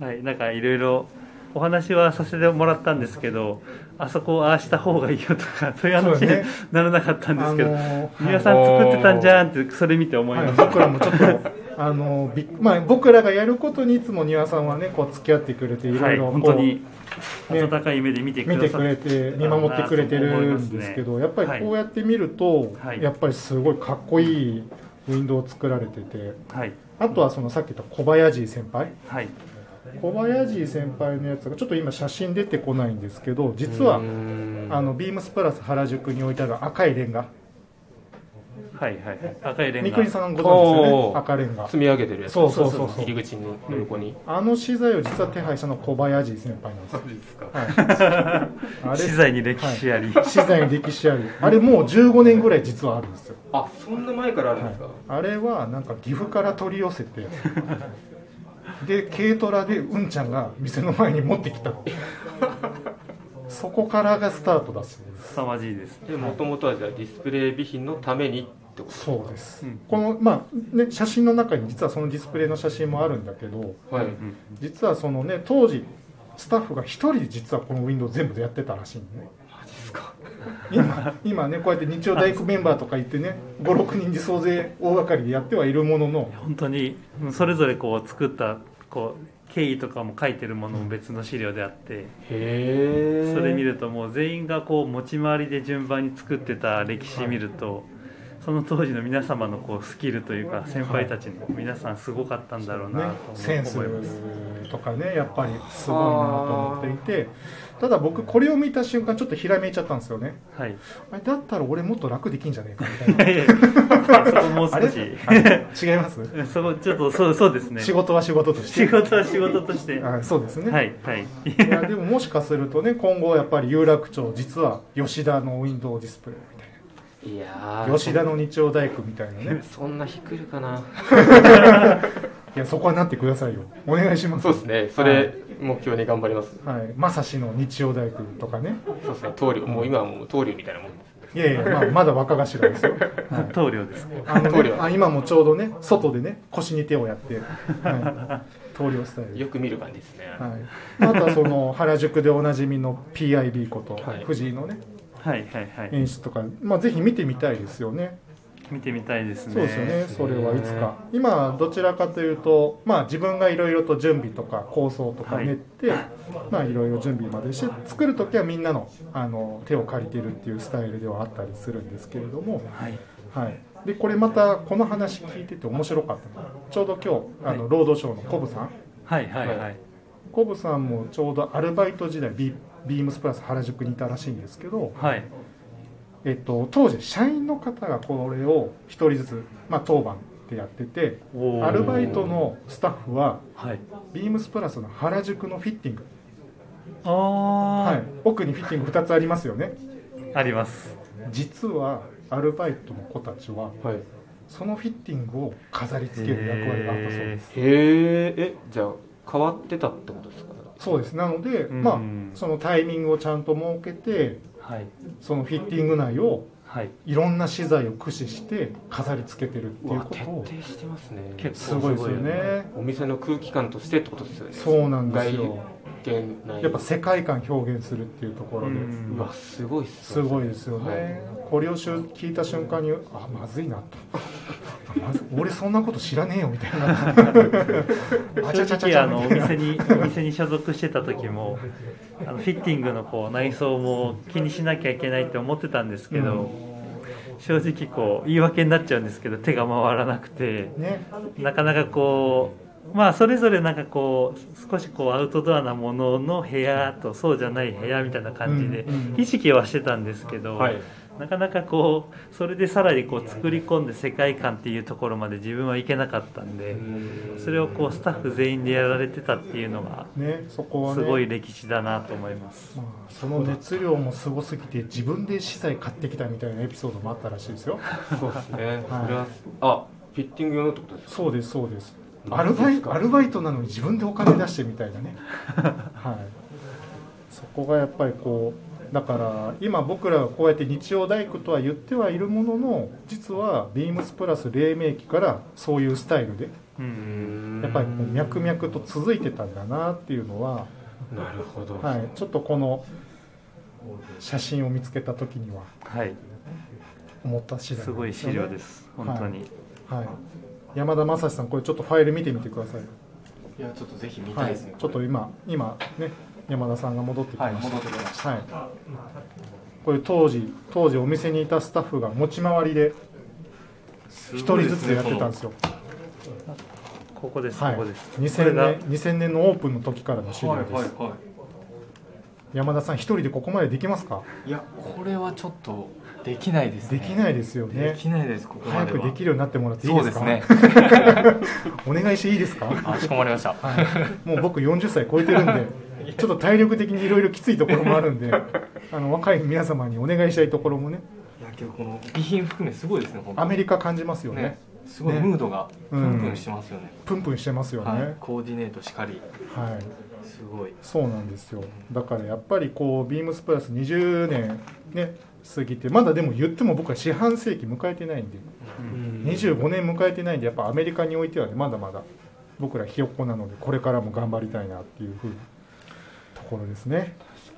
はい、なんかいろいろお話はさせてもらったんですけど、あそこをああした方がいいよとかそういう話にならなかったんですけど、庭さん作ってたんじゃんってそれ見て思いました。 はい、僕らもちょっと。あのまあ、僕らがやることにいつも庭さんはねこう付き合ってくれていろいろ本当に温かい目で見てくださって、 見てくれて見守ってくれてるんですけど、ね、やっぱりこうやって見ると、はい、やっぱりすごいかっこいいウィンドウを作られてて、はい、あとはそのさっき言った小林先輩、はい、小林先輩のやつがちょっと今写真出てこないんですけど、実はあのビームスプラス原宿に置いてある赤いレンガ、 はいはいはい、赤いレンガ、 三國さんご存知ですよね。赤レンガ積み上げてるやつ。 そうそうそうそう、 入り口の横に、 うん、あの資材を実は手配したの小林先輩なんですよ。 そうですか。 はい、あれ資材に歴史あり、 はい、資材に歴史あり、あれもうじゅうごねんぐらい実はあるんですよ。 あ、そんな前からあるんですか。はい、 あれはなんか岐阜から取り寄せてで軽トラでうんちゃんが店の前に持ってきたそこからがスタートだし、 凄まじいです。 でもともとはじゃあディスプレイ備品のためにってことですか。 そうです、うん、このまあね、写真の中に実はそのディスプレイの写真もあるんだけど、はい、実はそのね当時スタッフが一人で実はこのウィンドウ全部でやってたらしいんでね。 ですか。 今, 今ねこうやって日曜大工メンバーとか言ってねごろくにんで総勢大掛かりでやってはいるものの、 本当にそれぞれこう作ったこう経緯とかも書いてるものも別の資料であって、 へそれ見るともう全員がこう持ち回りで順番に作ってた歴史見ると、その当時の皆様のこうスキルというか先輩たちの皆さんすごかったんだろうなと思います、 ね、センスとかねやっぱりすごいなと思っていて、ただ僕これを見た瞬間ちょっとひらめいちゃったんですよね、 はい、 だったら俺もっと楽できんじゃねえかみたいなそこもう少し違いますそこちょっとそうそうですね、 仕事は仕事として仕事は仕事としてあそうですね、 はいはい、 いやでももしかするとね今後やっぱり有楽町実は吉田のウィンドウディスプレイみたいな、 いや吉田の日曜大工みたいなねそんな日来るかな。 いやそこはなってくださいよ、お願いします。 そうですね、それ目標に頑張ります。 はい、まさしの日曜大工とかね。 そうですね、棟梁、もう今はもう棟梁みたいなもんです。 いやいや、まあ、まだ若頭ですよ。 はい、棟梁ですね。 あのねあ今もちょうどね外でね腰に手をやって、はい、棟梁スタイルよく見る感じですね。 はい、あとはその原宿でおなじみの ピーアイビー こと、はい、藤井のね、 はいはいはい、 演出とか、まあ、ぜひ見てみたいですよね。 見てみたいですね。 そうですよね。それはいつか。今どちらかというと、まあ自分がいろいろと準備とか構想とか練って、はい、まあいろいろ準備までして作るときはみんなのあの手を借りてるっていうスタイルではあったりするんですけれども、 はい。 はい。でこれまたこの話聞いてて面白かったのが、ちょうど今日あのロードショーのコブさん、 はいはいはい。はい、 コブさんもちょうどアルバイト時代ビビームスプラス原宿にいたらしいんですけど。 はい。 えっと、当時社員の方がこれをひとりずつ、まあ、当番でやってて、アルバイトのスタッフは、はい、ビームスプラスの原宿のフィッティング、 あ、 はい、奥にフィッティングふたつありますよね。 あります。 実はアルバイトの子たちは、はい、そのフィッティングを飾り付ける役割があったそうです。 へー、えじゃあ変わってたってことですか。 そうです。なので、うん、まあ、そのタイミングをちゃんと設けて、はい、そのフィッティング内をいろんな資材を駆使して飾り付けてるっていうことを、 徹底してますね。 結構すごいですよね。 お店の空気感としてってことですよね。 そうなんですよ。 やっぱ世界観表現するっていうところで、 うわすごいっす、 すごいですよね。はい、これを聞いた瞬間にあまずいなとまず俺そんなこと知らねえよみたいな正直あのお店にお店に所属してた時もあのフィッティングのこう内装も気にしなきゃいけないって思ってたんですけど、うん、正直こう言い訳になっちゃうんですけど手が回らなくて、ね、なかなかこうまあそれぞれなんかこう少しこうアウトドアなものの部屋とそうじゃない部屋みたいな感じで意識はしてたんですけど、はい、なかなかこうそれでさらにこう作り込んで世界観っていうところまで自分はいけなかったんで、それをこうスタッフ全員でやられてたっていうのがすごい歴史だなと思います、 ね、まあ、その熱量もすごすぎて自分で資材買ってきたみたいなエピソードもあったらしいですよ。 そうですね、はい、それはあフィッティング用のってことですか。 そうですそうです。アルバイト、アルバイトなのに自分でお金出してみたいなね、はい、そこがやっぱりこうだから今僕らがこうやって日曜大工とは言ってはいるものの、実はビームスプラス黎明期からそういうスタイルでやっぱりこう脈々と続いてたんだなっていうのは、 なるほど、 はい、ちょっとこの写真を見つけた時には思った次第ですよね。すごい資料です本当に、 はいはい、山田正史さん、これちょっとファイル見てみてください。 いやちょっとぜひ見たいですね、 はい、ちょっと今今ね山田さんが戻ってきました。はい、戻ってきました。はい、これ当時当時お店にいたスタッフが持ち回りで一人ずつやってたんですよ。 ここです、 はい、 ここです。 にせんねんにせんねんのオープンの時からの資料です。はいはいはい、山田さん一人でここまでできますか。 いやこれはちょっとできないですね。 できないですよね。 できないです。ここまでは早くできるようになってもらっていいですか。 そうですねお願いしていいですか。 あ、かしこまりました、 はい、もう僕よんじゅっさい超えてるんでちょっと体力的にいろいろきついところもあるんであの若い皆様にお願いしたいところもね。 いやけどこの備品含めすごいですね。本当アメリカ感じますよね。 ね、すごいムードがプンプンしてますよね、 うん、プンプンしてますよね、はい、 コーディネートしかり、 はい、 すごい。 そうなんですよ。だからやっぱりこうビームスプラスにじゅうねんね過ぎて、まだでも言っても僕は四半世紀迎えてないんで、うん、にじゅうごねん迎えてないんで、やっぱアメリカにおいてはねまだまだ僕らひよっこなので、これからも頑張りたいなっていうふうなところですね。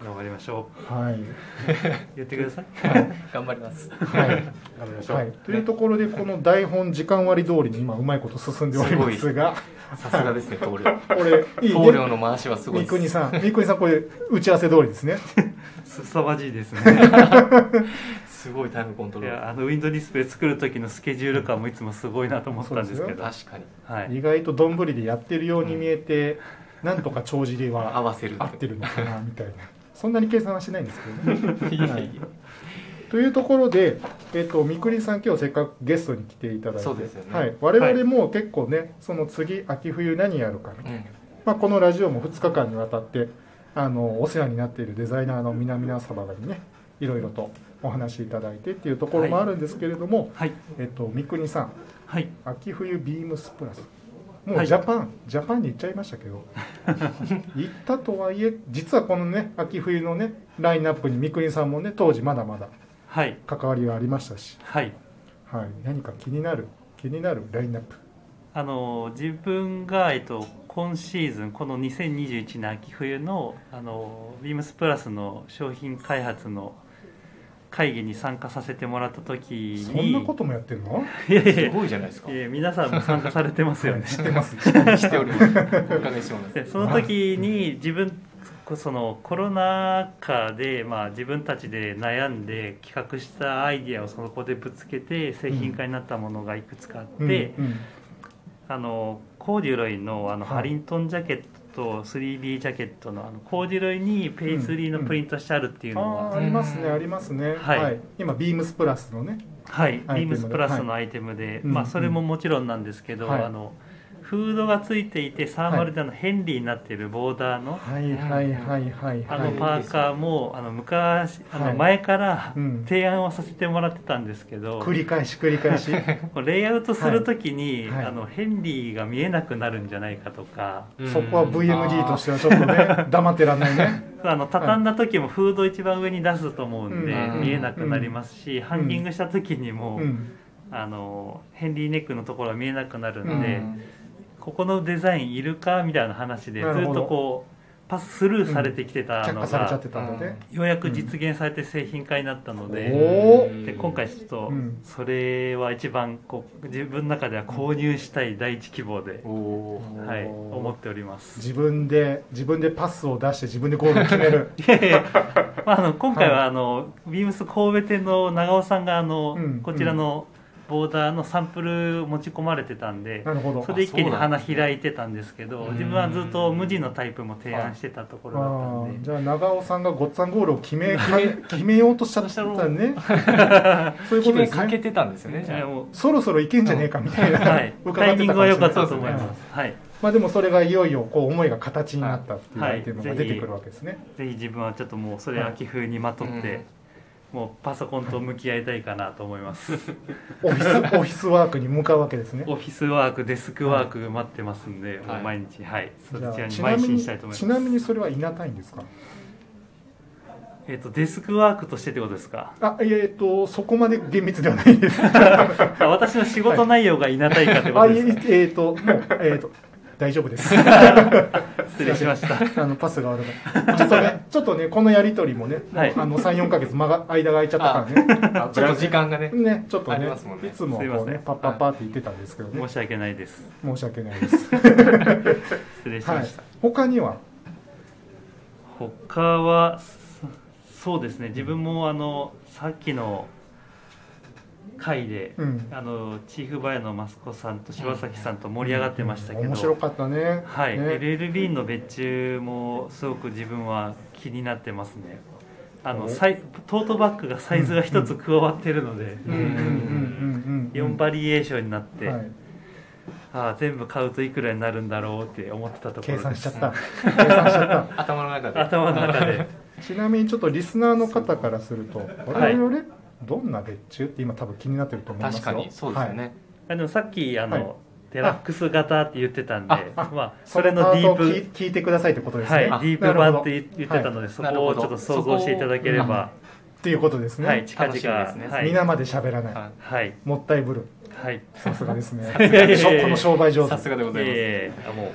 頑張りましょう。 はい。 言ってください。 頑張ります。 はい。頑張りましょう。はい。というところでこの台本時間割通りに今うまいこと進んでおりますが、 さすがですね、棟梁。 これいいね。 棟梁の回しはすごいです。三國さん、三國さんこれ打ち合わせ通りですね。 すさまじいですね。 すごいタイムコントロール。 いや、あのウィンドウディスプレイ作る時のスケジュール感もいつもすごいなと思ったんですけど、 確かに、 はい、 意外とどんぶりでやってるように見えて、うん、なんとか帳尻は合わせる合ってるのかなみたいな、そんなに計算はしないんですけどね。いやいやというところで、えっと、三國さん今日せっかくゲストに来ていただいて、 そうですよね、 はい、我々も結構ね、その次秋冬何やるかみたいな、うん、まあ、このラジオもふつかかんにわたってあのお世話になっているデザイナーの南田サバガにね、いろいろとお話しいただいてっていうところもあるんですけれども、 はい、 えっと、三國さん、 はい、 秋冬ビームスプラス、もうジャパン、はい、ジャパンに行っちゃいましたけど行ったとはいえ実はこのね秋冬のねラインナップに三國さんもね当時まだまだ関わりがありましたし、 はいはい、何か気になる気になるラインナップ、 あの自分が、えっと、今シーズンこのにせんにじゅういちねん秋冬のあのビームスプラスの商品開発の会議に参加させてもらった時に、 そんなこともやってるの？ いやいやすごいじゃないですか。 いや皆さんも参加されてますよね。 知ってます。 知っております。お伺いしてます。 でその時に自分そのコロナ禍で、まあ、自分たちで悩んで企画したアイディアをそこでぶつけて製品化になったものがいくつかあって、うんうんうん、あのコーデュロイ の, あのハリントンジャケットと スリービー ジャケット の, あのコーデュロイにペイスリーのプリントしてあるっていうのが、 うんうん、あ, ありますねありますね、はいはい、今ビームスプラスのね、 はい、ビームスプラスのアイテムで、はい、まあ、それももちろんなんですけど、はい、あのフードがついていてサーマルであのヘンリーになっているボーダーのはいはいはいはいあのパーカーもあの昔あの前から提案をさせてもらってたんですけど、 繰り返し繰り返しレイアウトするときにあのヘンリーが見えなくなるんじゃないかとか、 そこは ブイエムディー としてはちょっとね黙ってらんないね。 あの畳んだ時もフード一番上に出すと思うんで見えなくなりますし、ハンギングした時にもあのヘンリーネックのところは見えなくなるんで、ここのデザインいるかみたいな話でずっとこうパススルーされてきてたのが、ようやく実現されて製品化になったので、で今回ちょっとそれは一番こう自分の中では購入したい第一希望で、はい、思っております。 自分で自分でパスを出して自分でゴールを決める。 いやいや、まあ、あの今回はあの、はい、ビームス神戸店の長尾さんがあの、うん、こちらの、うんボーダーのサンプル持ち込まれてたんで、 なるほど、 それで一気に花開いてたんですけど、自分はずっと無地のタイプも提案してたところだったんで、 じゃあ長尾さんがごっつぁんゴールを決め決めようとしちゃったんね。そういうことですね。 かけてたんですよね。じゃあもうそろそろいけんじゃねえかみたいな、 はい、タイミングは良かったと思います。はい。 まあでもそれがいよいよこう思いが形になったっていうアイテムが出てくるわけですね。 ぜひ自分はちょっともうそれ秋冬にまとって。うんもうパソコンと向き合いたいかなと思いますオフィスオフィスワークに向かうわけですね。 オフィスワークデスクワーク待ってますんで、はい、もう毎日はいそちらに邁進したいと思います。 ちなみにそれはいなたいんですか？ えっ、ー、とデスクワークとしてってことですか？ あいやえっ、ー、とそこまで厳密ではないです私の仕事内容がいなたいかってことですか？ はい、あえっ、ー、ともうえっ、ー、と大丈夫です失礼しましたあのパスが悪かったちょっとねちょっとねこのやり取りもね、はい、あの さん,よん ヶ月間が間が空いちゃったからねちょっと時間がねねちょっとね、ね、いつもこうねパッパッパって言ってたんですけどね、 申し訳ないです申し訳ないです失礼しました、はい、 他には他はそうですね自分もあのさっきの会で、うん、あのチーフバイヤーの益子さんと柴崎さんと盛り上がってましたけど、うん、 面白かったね。 はい、 ね、 エルエルビー の別注もすごく自分は気になってますね。あのサイトートバッグがサイズが一つ加わってるのでよんバリエーションになって、はい、あ全部買うといくらになるんだろうって思ってたところです。 計算しちゃった計算しちゃった頭の中で頭の中でちなみにちょっとリスナーの方からするとあれあれ、はいどんな別注って今多分気になってると思いますよ。 確かにそうですよね、 はい、でもさっきあの、はい、デラックス型って言ってたんでああ、まあ、それのディープ聞いてくださいってことですね、 はい、ディープ版って言ってたので、はい、そこをちょっと想像していただければっていうことですね。 はい、近々ですね、 はい、皆まで喋らない、 はい、 もったいぶる、 はい、 さすがですねこの商売上手さすがでございます。 えー、もう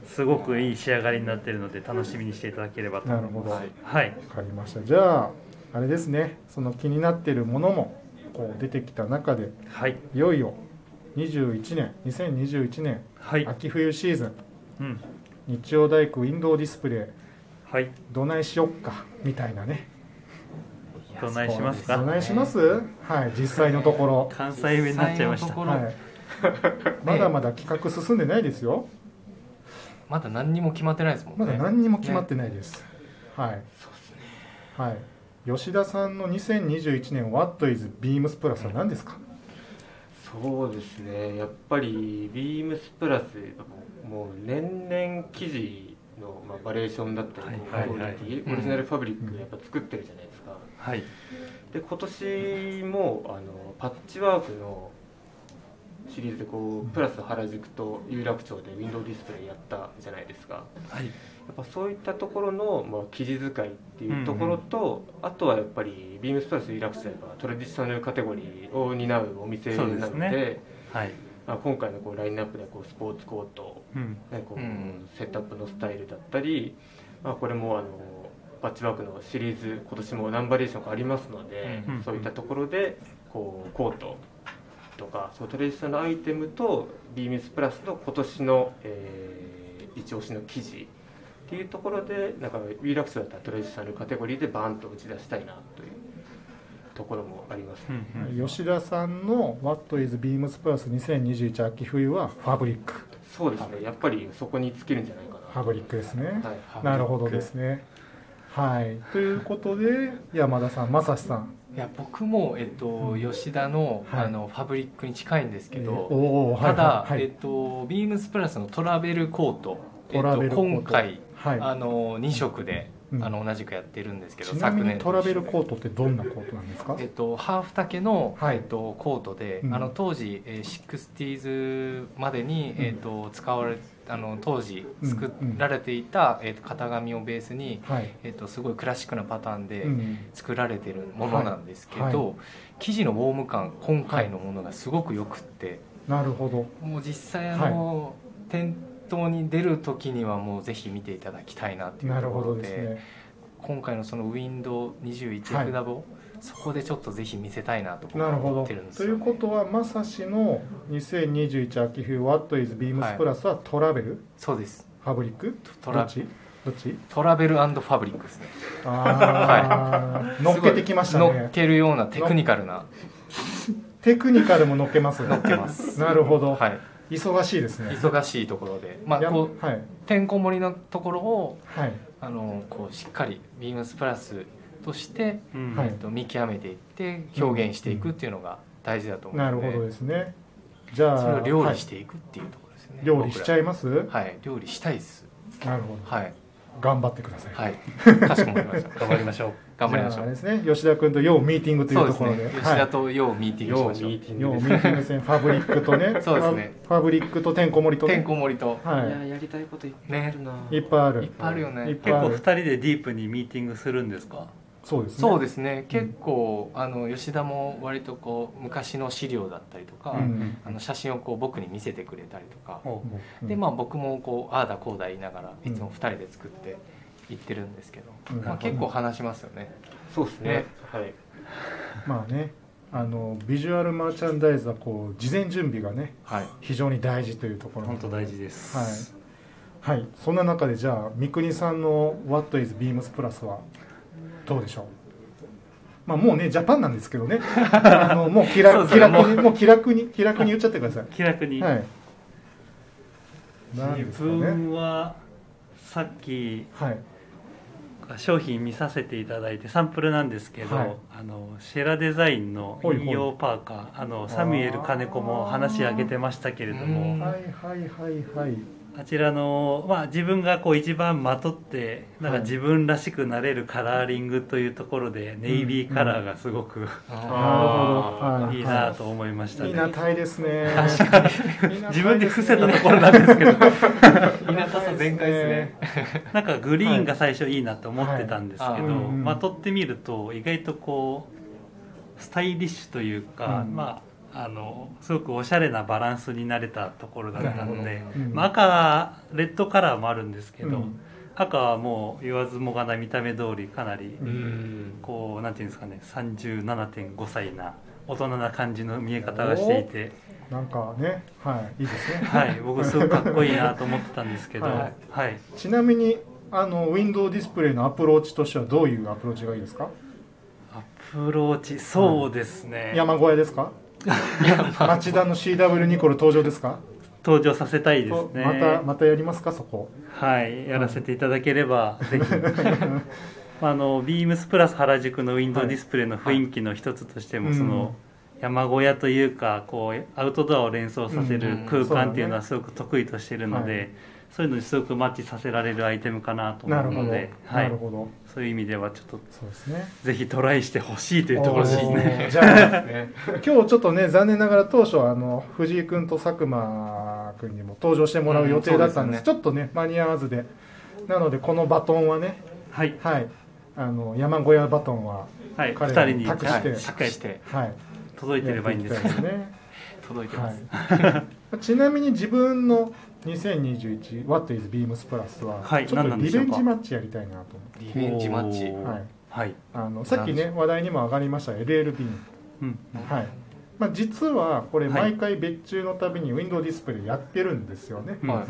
すごくいい仕上がりになっているので楽しみにしていただければと思います。 なるほど、 はい、 分かりました。じゃああれですね、その気になっているものもこう出てきた中で、 はい、 いよいよにじゅういちねんにせんにじゅういちねん、はい、秋冬シーズン、うん、日曜大工ウィンドウディスプレイ、はい、どないしよっかみたいなね。 どないしますか。 どないします、はい、実際のところ関西弁になっちゃいました、はい、 まだまだ企画進んでないですよ。 まだ何にも決まってないですもんね。 まだ何にも決まってないです、ね、はい、そうですね、はい。吉田さんのにせんにじゅういちねん What is Beams プラスは何ですか。 そうですね、やっぱり Beams プラスもう年々生地の、まあ、バリエーションだったり、はいはいはい、オリジナルファブリックやっぱ作ってるじゃないですか、はい、で今年もあのパッチワークのシリーズでこうプラス原宿と有楽町でウィンドウディスプレイやったじゃないですか、はい、やっぱそういったところの、まあ、生地使いっていうところと、うんうん、あとはやっぱりビームスプラス有楽町がトラディショナルカテゴリーを担うお店なの で, で、ね、はい、まあ、今回のこうラインナップでこうスポーツコート、うんね、こううん、セットアップのスタイルだったり、まあ、これもあのパッチワークのシリーズ今年も何バリエーションかありますので、うんうん、そういったところでこうコートとかそうトレディショナルアイテムとビームスプラスの今年の、えー、一押しの生地っていうところでなんかウィーラックスだったらトレディショナルカテゴリーでバーンと打ち出したいなというところもあります、ね、 うんうん、吉田さんの What is Beams プラスにせんにじゅういち秋冬はファブリック。 そうですね、やっぱりそこに尽きるんじゃないかな。 ファブリックですね、はい、なるほどですね。はい、ということで山田さん、正さん。 いや僕も、えっとうん、吉田 の,、はい、あのファブリックに近いんですけど、えー、ただ、はいはいはい、えっと、ビームスプラスのトラベルコート、えっと、今回、はい、あのに色で、うん、あの同じくやってるんですけど、 ちなみにトラベルコートってどんなコートなんですか。 えっと、ハーフ丈の、はい、えっと、コートで、うん、あの当時、えー、シックスティーズまでに、えっと、使われてあの当時作られていた、うんうん、えー、と型紙をベースに、はい、えー、とすごいクラシックなパターンで作られているものなんですけど、はいはい、生地のウォーム感今回のものがすごくよくって、 はい、なるほど。 もう実際あの、はい、店頭に出る時にはもうぜひ見ていただきたいなというところ で, で、ね、今回のそのウィンドウにじゅういちエフダボ、はい、そこでちょっとぜひ見せたいなと思ってるんですよ、ね、 ということはまさしのにせんにじゅういち秋冬 What is Beams プラスはトラベル、はい、 そうです。 ファブリックトラどっちどっちトラベル&ファブリックですね。 あ、はい、乗っけてきましたね。 乗っけるようなテクニカルなテクニカルも乗っけます。 乗っけますなるほど、 はい、 忙しいですね。 忙しいところで、まあこう、はい、てんこ盛りのところを、はい、あのこうしっかりビームスプラスとして、うん、えっと、見極めていって表現していくっていうのが大事だと思うので、 うん、なるほどですね。じゃあそれを料理していくっていうところですね、 はい、料理しちゃいます。 はい、料理したいです。 なるほど、 はい、 頑張ってください。 はい、かしこまりました。頑張りましょう。頑張りましょう。 あれですね、吉田君と要ミーティングというところ で, で、 ね、吉田と要ミーティングしましょう。 要ミーティングですね。ファブリックとねそうですね、 ファブリックとてんこ盛りと、ね、 てんこ盛りと、 はい、いややりたいこといっぱいあるな、ね、 いっぱいあるいっぱいあるよね。 結構ふたりでディープにミーティングするんですか。 そうですね、 そうですね、結構あの吉田も割とこう昔の資料だったりとか、うん、あの写真をこう僕に見せてくれたりとか、うん、で、まあ、僕もこうああだこうだ言いながらいつもふたりで作っていってるんですけど、うん、まあ、結構話しますよね。 そうですね、はい、 まあね、あのビジュアルマーチャンダイズはこう事前準備がね、はい、非常に大事というところ。 本当大事です。 はい、はい、そんな中でじゃあ三國さんの What is Beams プラスはどうでしょう。まあもうねジャパンなんですけどねあのもう気楽気楽にもう気楽に気楽に言っちゃってください。 気楽に、 はい、 自分はさっき、はい、商品見させていただいてサンプルなんですけど、はい、あのシェラデザインの引用パーカー、あのサミュエル金子も話し上げてましたけれども、 はいはいはいはい、 あちらの、まあ、自分がこう一番まとってなんか自分らしくなれるカラーリングというところでネイビーカラーがすごく、うんうん、いいなと思いましたね。 いいなたいですね。 確かに自分で伏せたところなんですけどいいなたさ全開ですね。 なんかグリーンが最初いいなと思ってたんですけど、はいはい、まとってみると意外とこうスタイリッシュというか、うん、まああのすごくおしゃれなバランスになれたところだったので、 うんまあ、赤レッドカラーもあるんですけど、 うん、 赤はもう言わずもがな見た目通りかなり、 うん、 こうなんていうんですかね さんじゅうななてんごさいな大人な感じの見え方がしていて、 なんかね、はい、いいですね。 はい、僕すごくかっこいいなと思ってたんですけど、 はいはい、 ちなみにあのウィンドウディスプレイのアプローチとしてはどういうアプローチがいいですか？ アプローチ、そうですね、 うん、山小屋ですか？町田の シーダブリュー ニコル登場ですか？ 登場させたいですね。 またまたやりますか、そこ？ はい、やらせていただければ、ぜひあのビームスプラス原宿のウィンドウディスプレイの雰囲気の一つとしても、はい、その山小屋というかこうアウトドアを連想させる空間っていうのはすごく得意としているので、うんうん、そういうのにすごくマッチさせられるアイテムかなと思うので、はい、なるほど、そういう意味ではちょっとそうですね、ぜひトライしてほしいというところですね。 じゃあね今日ちょっとね残念ながら当初あの藤井君と佐久間君にも登場してもらう予定だったんです、うん、ですね、ちょっとね間に合わずで、なのでこのバトンはね、はい、はい、あの山小屋バトンは彼に託して、はい、 しっかりして、はい、届いてればいいんですけどね。 届いてます、 はい、ちなみに自分のにせんにじゅういち What is Beams Plus は、はい、ちょっとリベンジマッチやりたいなと思って。 リベンジマッチ、 はいはい、あのさっきね話題にも上がりました エルエル ビー、うん、はい、まあ、実はこれ毎回別注のたびにウィンドウディスプレイやってるんですよね、はい、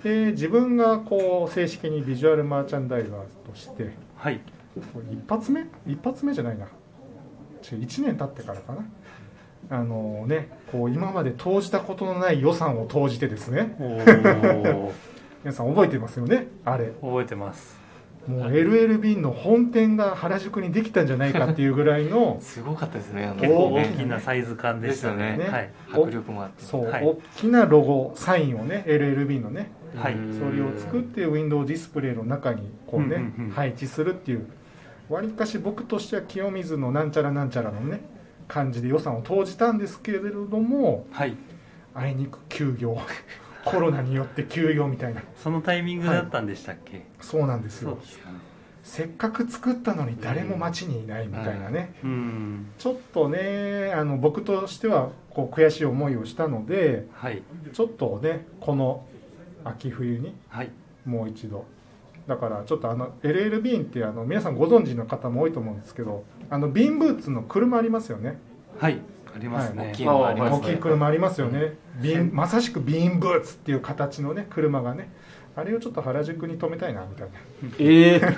で自分がこう正式にビジュアルマーチャンダイザーとして、はい、これ一発目一発目じゃないな、いちねん経ってからかな、あのね、こう今まで投じたことのない予算を投じてですね皆さん覚えてますよね、あれ覚えてます。 もう エルエルビー の本店が原宿にできたんじゃないかっていうぐらいのすごかったですね、あの結構大きなサイズ感でしたね、 ね、はい、迫力もあって、 そう、はい、大きなロゴサインをね エルエルビー のね、はい、それを作ってウィンドウディスプレイの中にこうね、うんうんうん、配置するっていう、わりかし僕としては清水のなんちゃらなんちゃらのね感じで予算を投じたんですけれども、はい、あいにく休業コロナによって休業みたいな、 そのタイミングだったんでしたっけ？はい、 そうなんですよ。そうですかね、せっかく作ったのに誰も街にいないみたいなね、うんうん、ちょっとねあの僕としてはこう悔しい思いをしたので、はい、ちょっとねこの秋冬にもう一度、はい、だからちょっとあの エルエル ビーンってあの皆さんご存知の方も多いと思うんですけど、あのビーンブーツの車ありますよね。 はい、ありますね、はい、 大きいのありますね、大きい車ありますよね、うん、ビーンまさしくビーンブーツっていう形のね車がね、あれをちょっと原宿に止めたいなみたいな。 ええ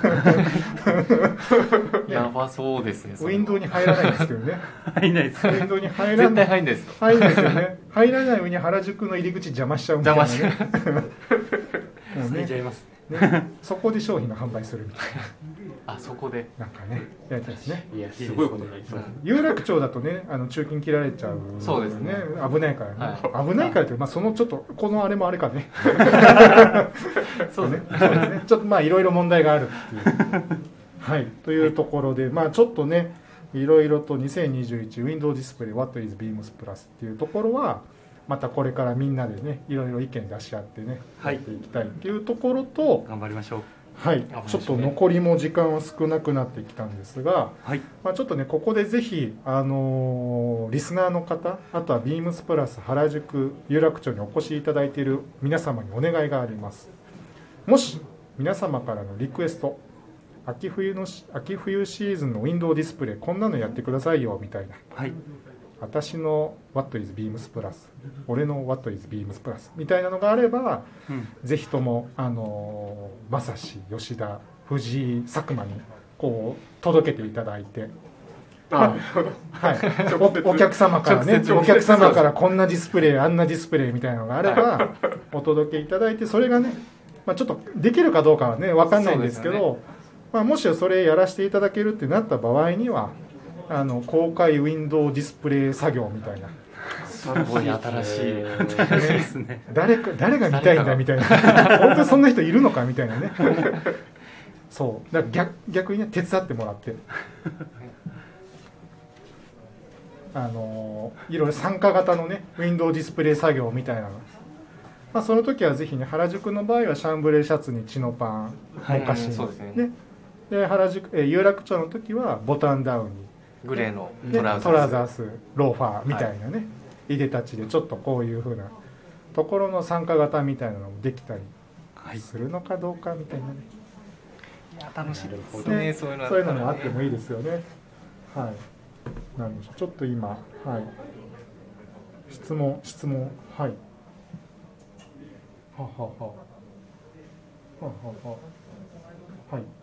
ー、やばそうですね。 ウィンドウに入らないんですけどね。 入んないです。 ウィンドウに入らない。 絶対入んないです。 入んないですよね。入らない上に原宿の入り口邪魔しちゃうみたいな、ね。邪魔しちゃう。 もうね、ちゃいますね。そこで商品の販売するみたいな。 あそこでなんかねやりたいですね。 いやすごいことになりそう。 有楽町だとねあの中金切られちゃう、ね、 そうですね、 危ないからね、はい、危ないからって、まあ、そのちょっとこのあれもあれかねそうね、そうですね、ちょっとまあいろいろ問題があるっていうはいというところで、まあちょっとねいろいろとにせんにじゅういち Windows Display What is Beams Plus っていうところはまたこれからみんなでねいろいろ意見出し合ってね、はい、やっていきたいっていうところと、 頑張りましょう。 はい、ちょっと残りも時間は少なくなってきたんですが、はい、まあ、ちょっとねここでぜひ、あのー、リスナーの方、あとはビームスプラス原宿有楽町にお越しいただいている皆様にお願いがあります。もし皆様からのリクエスト、秋冬の秋冬シーズンのウィンドウディスプレイこんなのやってくださいよみたいな、はい、私の What is Beams Plus、 俺の What is Beams Plus みたいなのがあれば、うん、ぜひともあのまさし、吉田、藤井、佐久間にこう届けていただいて、ああ、はい、お, お客様からねお客様からこんなディスプレイあんなディスプレイみたいなのがあればお届けいただいて、それがね、まあ、ちょっとできるかどうかはね分かんないんですけど、まあ、もしそれやらせていただけるってなった場合にはあの公開ウィンドウディスプレイ作業みたいな、 すごい新しいですね。誰か誰が見たいんだみたいな本当にそんな人いるのかみたいなねそうだから 逆, 逆にね手伝ってもらってあのいろいろ参加型のねウィンドウディスプレイ作業みたいなの、まあ、その時はぜひね原宿の場合はシャンブレーシャツにチノパン、モカシン、そうですね、ね、で原宿え有楽町の時はボタンダウンにグレーのトラウザース、トラウザースローファーみたいなね、はい、 いでたちでちょっとこういう風なところの参加型みたいなのもできたりするのかどうかみたいなね、 いや楽しいですね、 ね、そういうの、 そういうのもあってもいいですよね。はい。なんでしょう。ちょっと今、はい。質問質問はい。ははは。ははは。はいはい。はい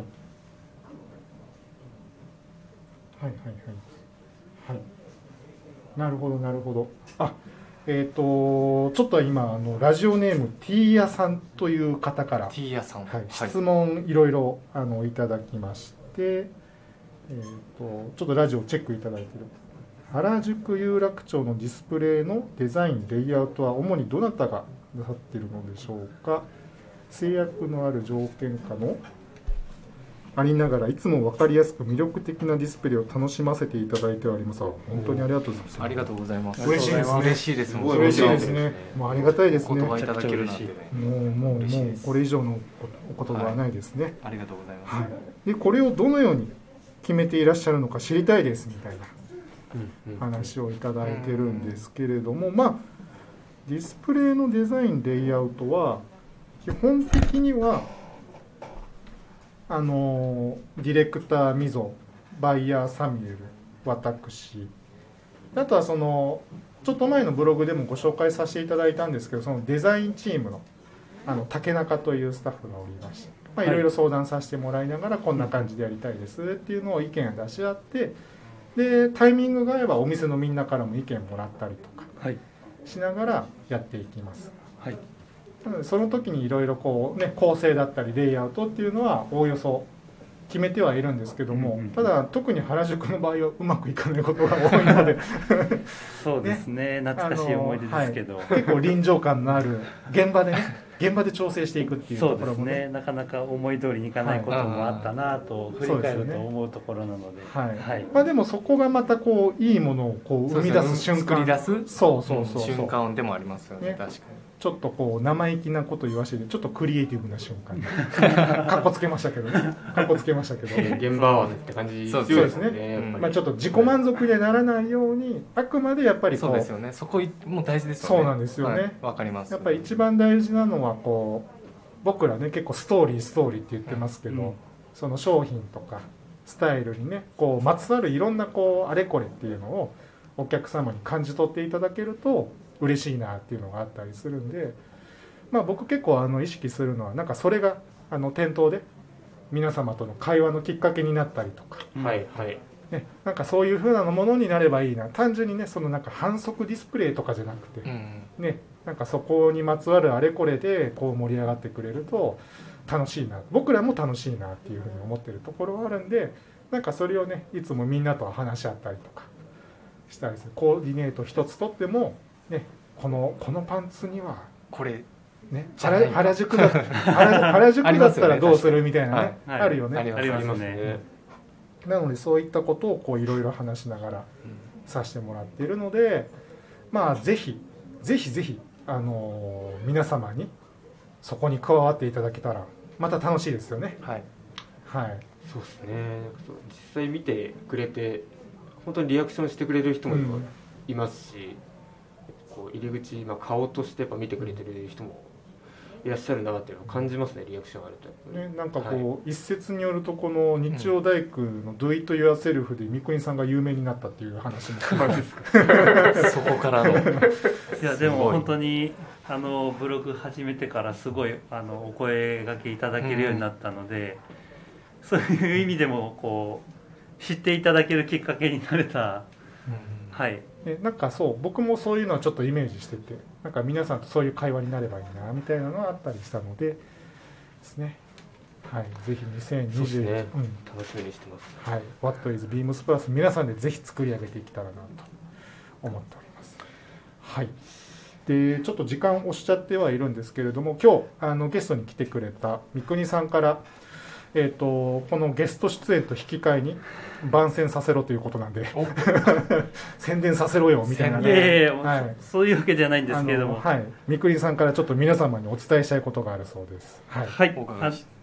はいはいはい。なるほどなるほど。あ、えっとちょっと今あのラジオネームティーヤさんという方からティーヤさん、 はい、質問いろいろあのいただきまして、えー、とちょっとラジオチェックいただいている原宿有楽町のディスプレイのデザインレイアウトは主にどなたがなさっているのでしょうか。制約のある条件下のありながらいつも分かりやすく魅力的なディスプレイを楽しませていただいております。本当にありがとうございます。 ありがとうございます。 嬉しいですね。 嬉しいです。 もう嬉しいですね。もうありがたいですね。 言葉いただけるなんて、 もうもうもうこれ以上のお言葉はないですね。はい、 ありがとうございます。 はい、でこれをどのように決めていらっしゃるのか知りたいですみたいな話をいただいてるんですけれども、まあディスプレイのデザインレイアウトは基本的にはあのディレクター溝、バイヤーサミュエル、私、あとはそのちょっと前のブログでもご紹介させていただいたんですけど、そのデザインチームのあの竹中というスタッフがおりまして、まあ、いろいろ相談させてもらいながらこんな感じでやりたいですっていうのを意見を出し合って、でタイミングが合えばお店のみんなからも意見もらったりとかしながらやっていきます。はい、なのでその時にいろいろこうね構成だったりレイアウトっていうのはおおよそ決めてはいるんですけども、ただ特に原宿の場合はうまくいかないことが多いのでそうですね、ね、懐かしい思い出ですけど、 はい、結構臨場感のある現場でね現場で調整していくっていうところもね、 そうですね、なかなか思い通りにいかないこともあったなと振り返ると思うところなので、 はいはい、まあ、でもそこがまたこういいものをこう生み出す瞬間、 作り出すそうそうそうそう瞬間でもありますよね、確かにちょっとこう生意気なこと言わせてちょっとクリエイティブな瞬間かっこつけましたけどねかっこつけましたけど現場合わせって感じそうですね、うん、まあ、ちょっと自己満足にならないようにあくまでやっぱりこうそうですよね、そこも大事ですよね。 そうなんですよね、はい、 わかります。 やっぱり一番大事なのはこう僕らね結構ストーリーストーリーって言ってますけど、うん、その商品とかスタイルにねこうまつわるいろんなこうあれこれっていうのをお客様に感じ取っていただけると嬉しいなっていうのがあったりするんで、まあ、僕結構あの意識するのはなんかそれがあの店頭で皆様との会話のきっかけになったりとか、 はいはいね、なんかそういう風なものになればいいな、単純にねそのなんか反則ディスプレイとかじゃなくて、うん、ね、なんかそこにまつわるあれこれでこう盛り上がってくれると楽しいな、僕らも楽しいなっていう風に思ってるところがあるんで、なんかそれをねいつもみんなと話し合ったりとかしたりする。コーディネート一つとってもね、このこのパンツにはこれね、原, 原宿だ原, 原宿だったらどうするみたいなね、あるよね、 ありますね。 なのでそういったことをこういろいろ話しながらさせてもらっているので、まあぜひぜひぜひあのー、皆様にそこに加わっていただけたらまた楽しいですよね。はい、はい、 そうですね。実際見てくれて本当にリアクションしてくれる人もいますし、うん、こう入り口、まあ、顔としてやっぱ見てくれてる人もいらっしゃるなっていうのを感じますね、リアクションあると、 ね、なんかこう、はい、一説によるとこの日曜大工の Do It Yourself で三國さんが有名になったっていう話もそこからのいやでも本当にあのブログ始めてからすごいあのお声掛けいただけるようになったので、うん、そういう意味でもこう知っていただけるきっかけになれた、うん、はい、 ね、なんかそう僕もそういうのはちょっとイメージしてて、なんか皆さんとそういう会話になればいいなみたいなのがあったりしたのでですね、はい、ぜひにせんにじゅう、ね、 うん、楽しみにしてます、 はい、What is Beams Plus 皆さんでぜひ作り上げていけたらなと思っております。はい、でちょっと時間押しちゃってはいるんですけれども、今日あのゲストに来てくれた三國さんからえー、とこのゲスト出演と引き換えに番宣させろということなんで宣伝させろよみたいなね、 いやいや、はい、そういうわけじゃないんですけれども、 はい、三國さんからちょっと皆様にお伝えしたいことがあるそうです。 はい、はい、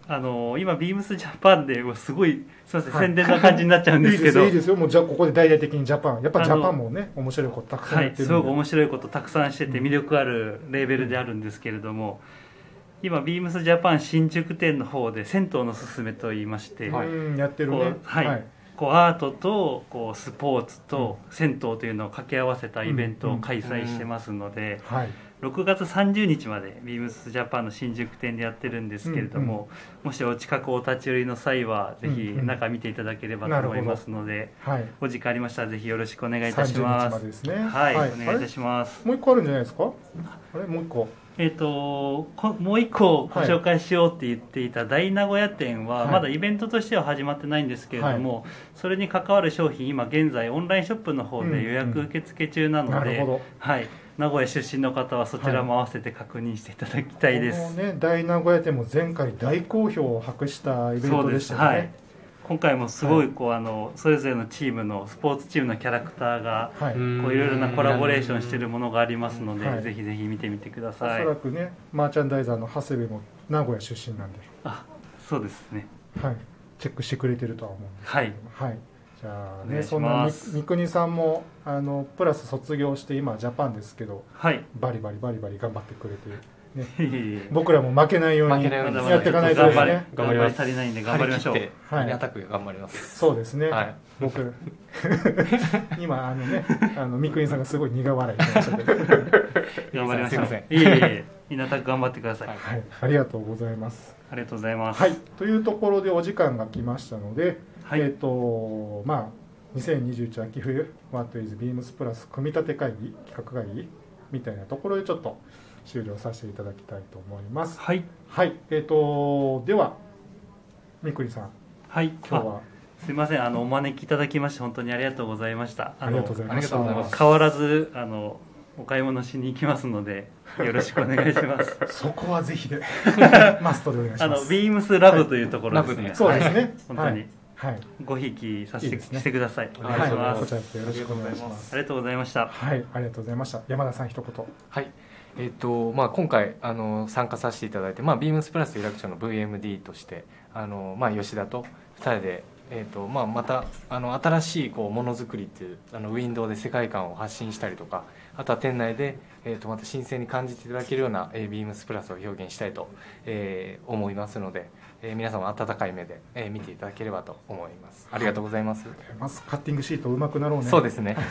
あの今ビームスジャパンですごいすみません、はい、宣伝な感じになっちゃうんですけどいいですよいいですよ。もうじゃここで大々的にジャパンやっぱジャパンもね面白いことたくさんやってるんで、 はい、すごく面白いことたくさんしてて魅力あるレーベルであるんですけれども、今ビームスジャパン新宿店の方で銭湯のすすめといいまして、 はい、やってるね。 はい、はい、こうアートとこうスポーツと銭湯というのを掛け合わせたイベントを開催してますので、うんうんはい、ろくがつさんじゅうにちまでビームスジャパンの新宿店でやってるんですけれども、うんうん、もしお近くお立ち寄りの際はぜひ中見ていただければと思いますので、うんうんはい、お時間ありましたらぜひよろしくお願いいたします。 さんじゅうにちまでですね。 はい、はい、お願いいたします。 もう一個あるんじゃないですか。あれもう一個えー、ともう一個ご紹介しようって言っていた大名古屋店はまだイベントとしては始まってないんですけれども、はい、それに関わる商品今現在オンラインショップの方で予約受付中なので、うんうんはい、名古屋出身の方はそちらも合わせて確認していただきたいです。 はい、このね、大名古屋店も前回大好評を博したイベントでしたね。はい、 今回もすごいこう、はい、あのそれぞれのチームのスポーツチームのキャラクターが、はい、こういろいろなコラボレーションしているものがありますので、はい、ぜひぜひ見てみてください。 おそらくねマーチャンダイザーの長谷部も名古屋出身なんで、 あ、そうですね、 はい、チェックしてくれてるとは思うんですけど、 はい、はい、 じゃあねそんな三國さんもあのプラス卒業して今ジャパンですけど、はい、バリバリバリバリ頑張ってくれてね、僕らも負けないようにやっていかないとですね。 頑張ります。足りないんで頑張りましょう。 はい。たく頑張ります。 そうですね。はい、僕今あのねあの三國さんがすごい苦笑いしてましたけど頑張りましょう。いえいえみんなたく頑張ってください。 はい。ありがとうございます。 ありがとうございます。 はい。というところでお時間が来ましたので、はい、えっとまあにせんにじゅういち秋冬 What is ビームスプラス組み立て会議企画会議みたいなところでちょっと終了させていただきたいと思います。 はい。 はい。えっとでは三國さん。 はい。 今日はすいませんあのお招きいただきまして本当にありがとうございました。 ありがとうございました。 変わらずあのお買い物しに行きますのでよろしくお願いします。 そこはぜひでマストでお願いします。あのビームスラブというところですね。はい、 そうですね。はい、 本当に。はい、ごひいきさせて、いいね、してください。 お願いします。こちらよろしくお願いします。 ありがとうございました。 はい、ありがとうございました。山田さん一言。 はい。えーとまあ、今回あの参加させていただいて、まあ、ビームスプラス有楽町の ブイエムディー としてあの、まあ、吉田とふたりで、えーとまあ、またあの新しいこうものづくりっていうあのウィンドウで世界観を発信したりとか、あとは店内で、えー、とまた新鮮に感じていただけるような、えー、ビームスプラスを表現したいと、えー、思いますので、えー、皆様温かい目で、えー、見ていただければと思います。ありがとうございます。 まずカッティングシートうまくなろうね。 そうですね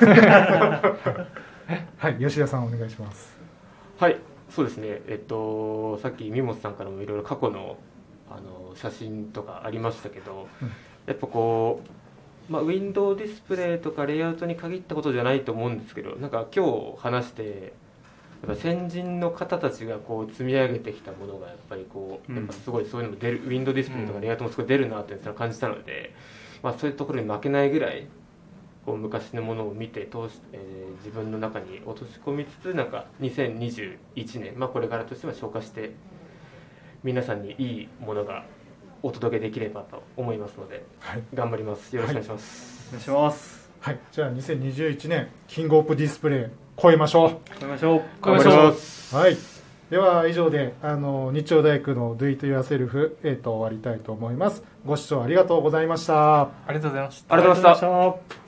はい、吉田さんお願いします。 はい、そうですね、えっと、さっき三本さんからもいろいろ過去の、あの写真とかありましたけど、うん、やっぱこう、まあ、ウィンドウディスプレイとかレイアウトに限ったことじゃないと思うんですけど、なんか今日話してやっぱ先人の方たちがこう積み上げてきたものがやっぱりこう、うん、やっぱすごいそういうのも出る、ウィンドウディスプレイとかレイアウトもすごい出るなって感じたので、まあ、そういうところに負けないぐらいこう昔のものを見て通して、えー、自分の中に落とし込みつつ、なんかにせんにじゅういちねん、まあ、これからとしては消化して皆さんにいいものがお届けできればと思いますので、はい、頑張ります。よろしくお願いします。 はい、お願いします。 はい、じゃあにせんにじゅういちねんキングオブディスプレイ超えましょう。 超えましょう。 超えましょう。はい。では以上であの日曜大工の Do It Yourself、えー、と終わりたいと思います。ご視聴ありがとうございました。 ありがとうございました。 ありがとうございました。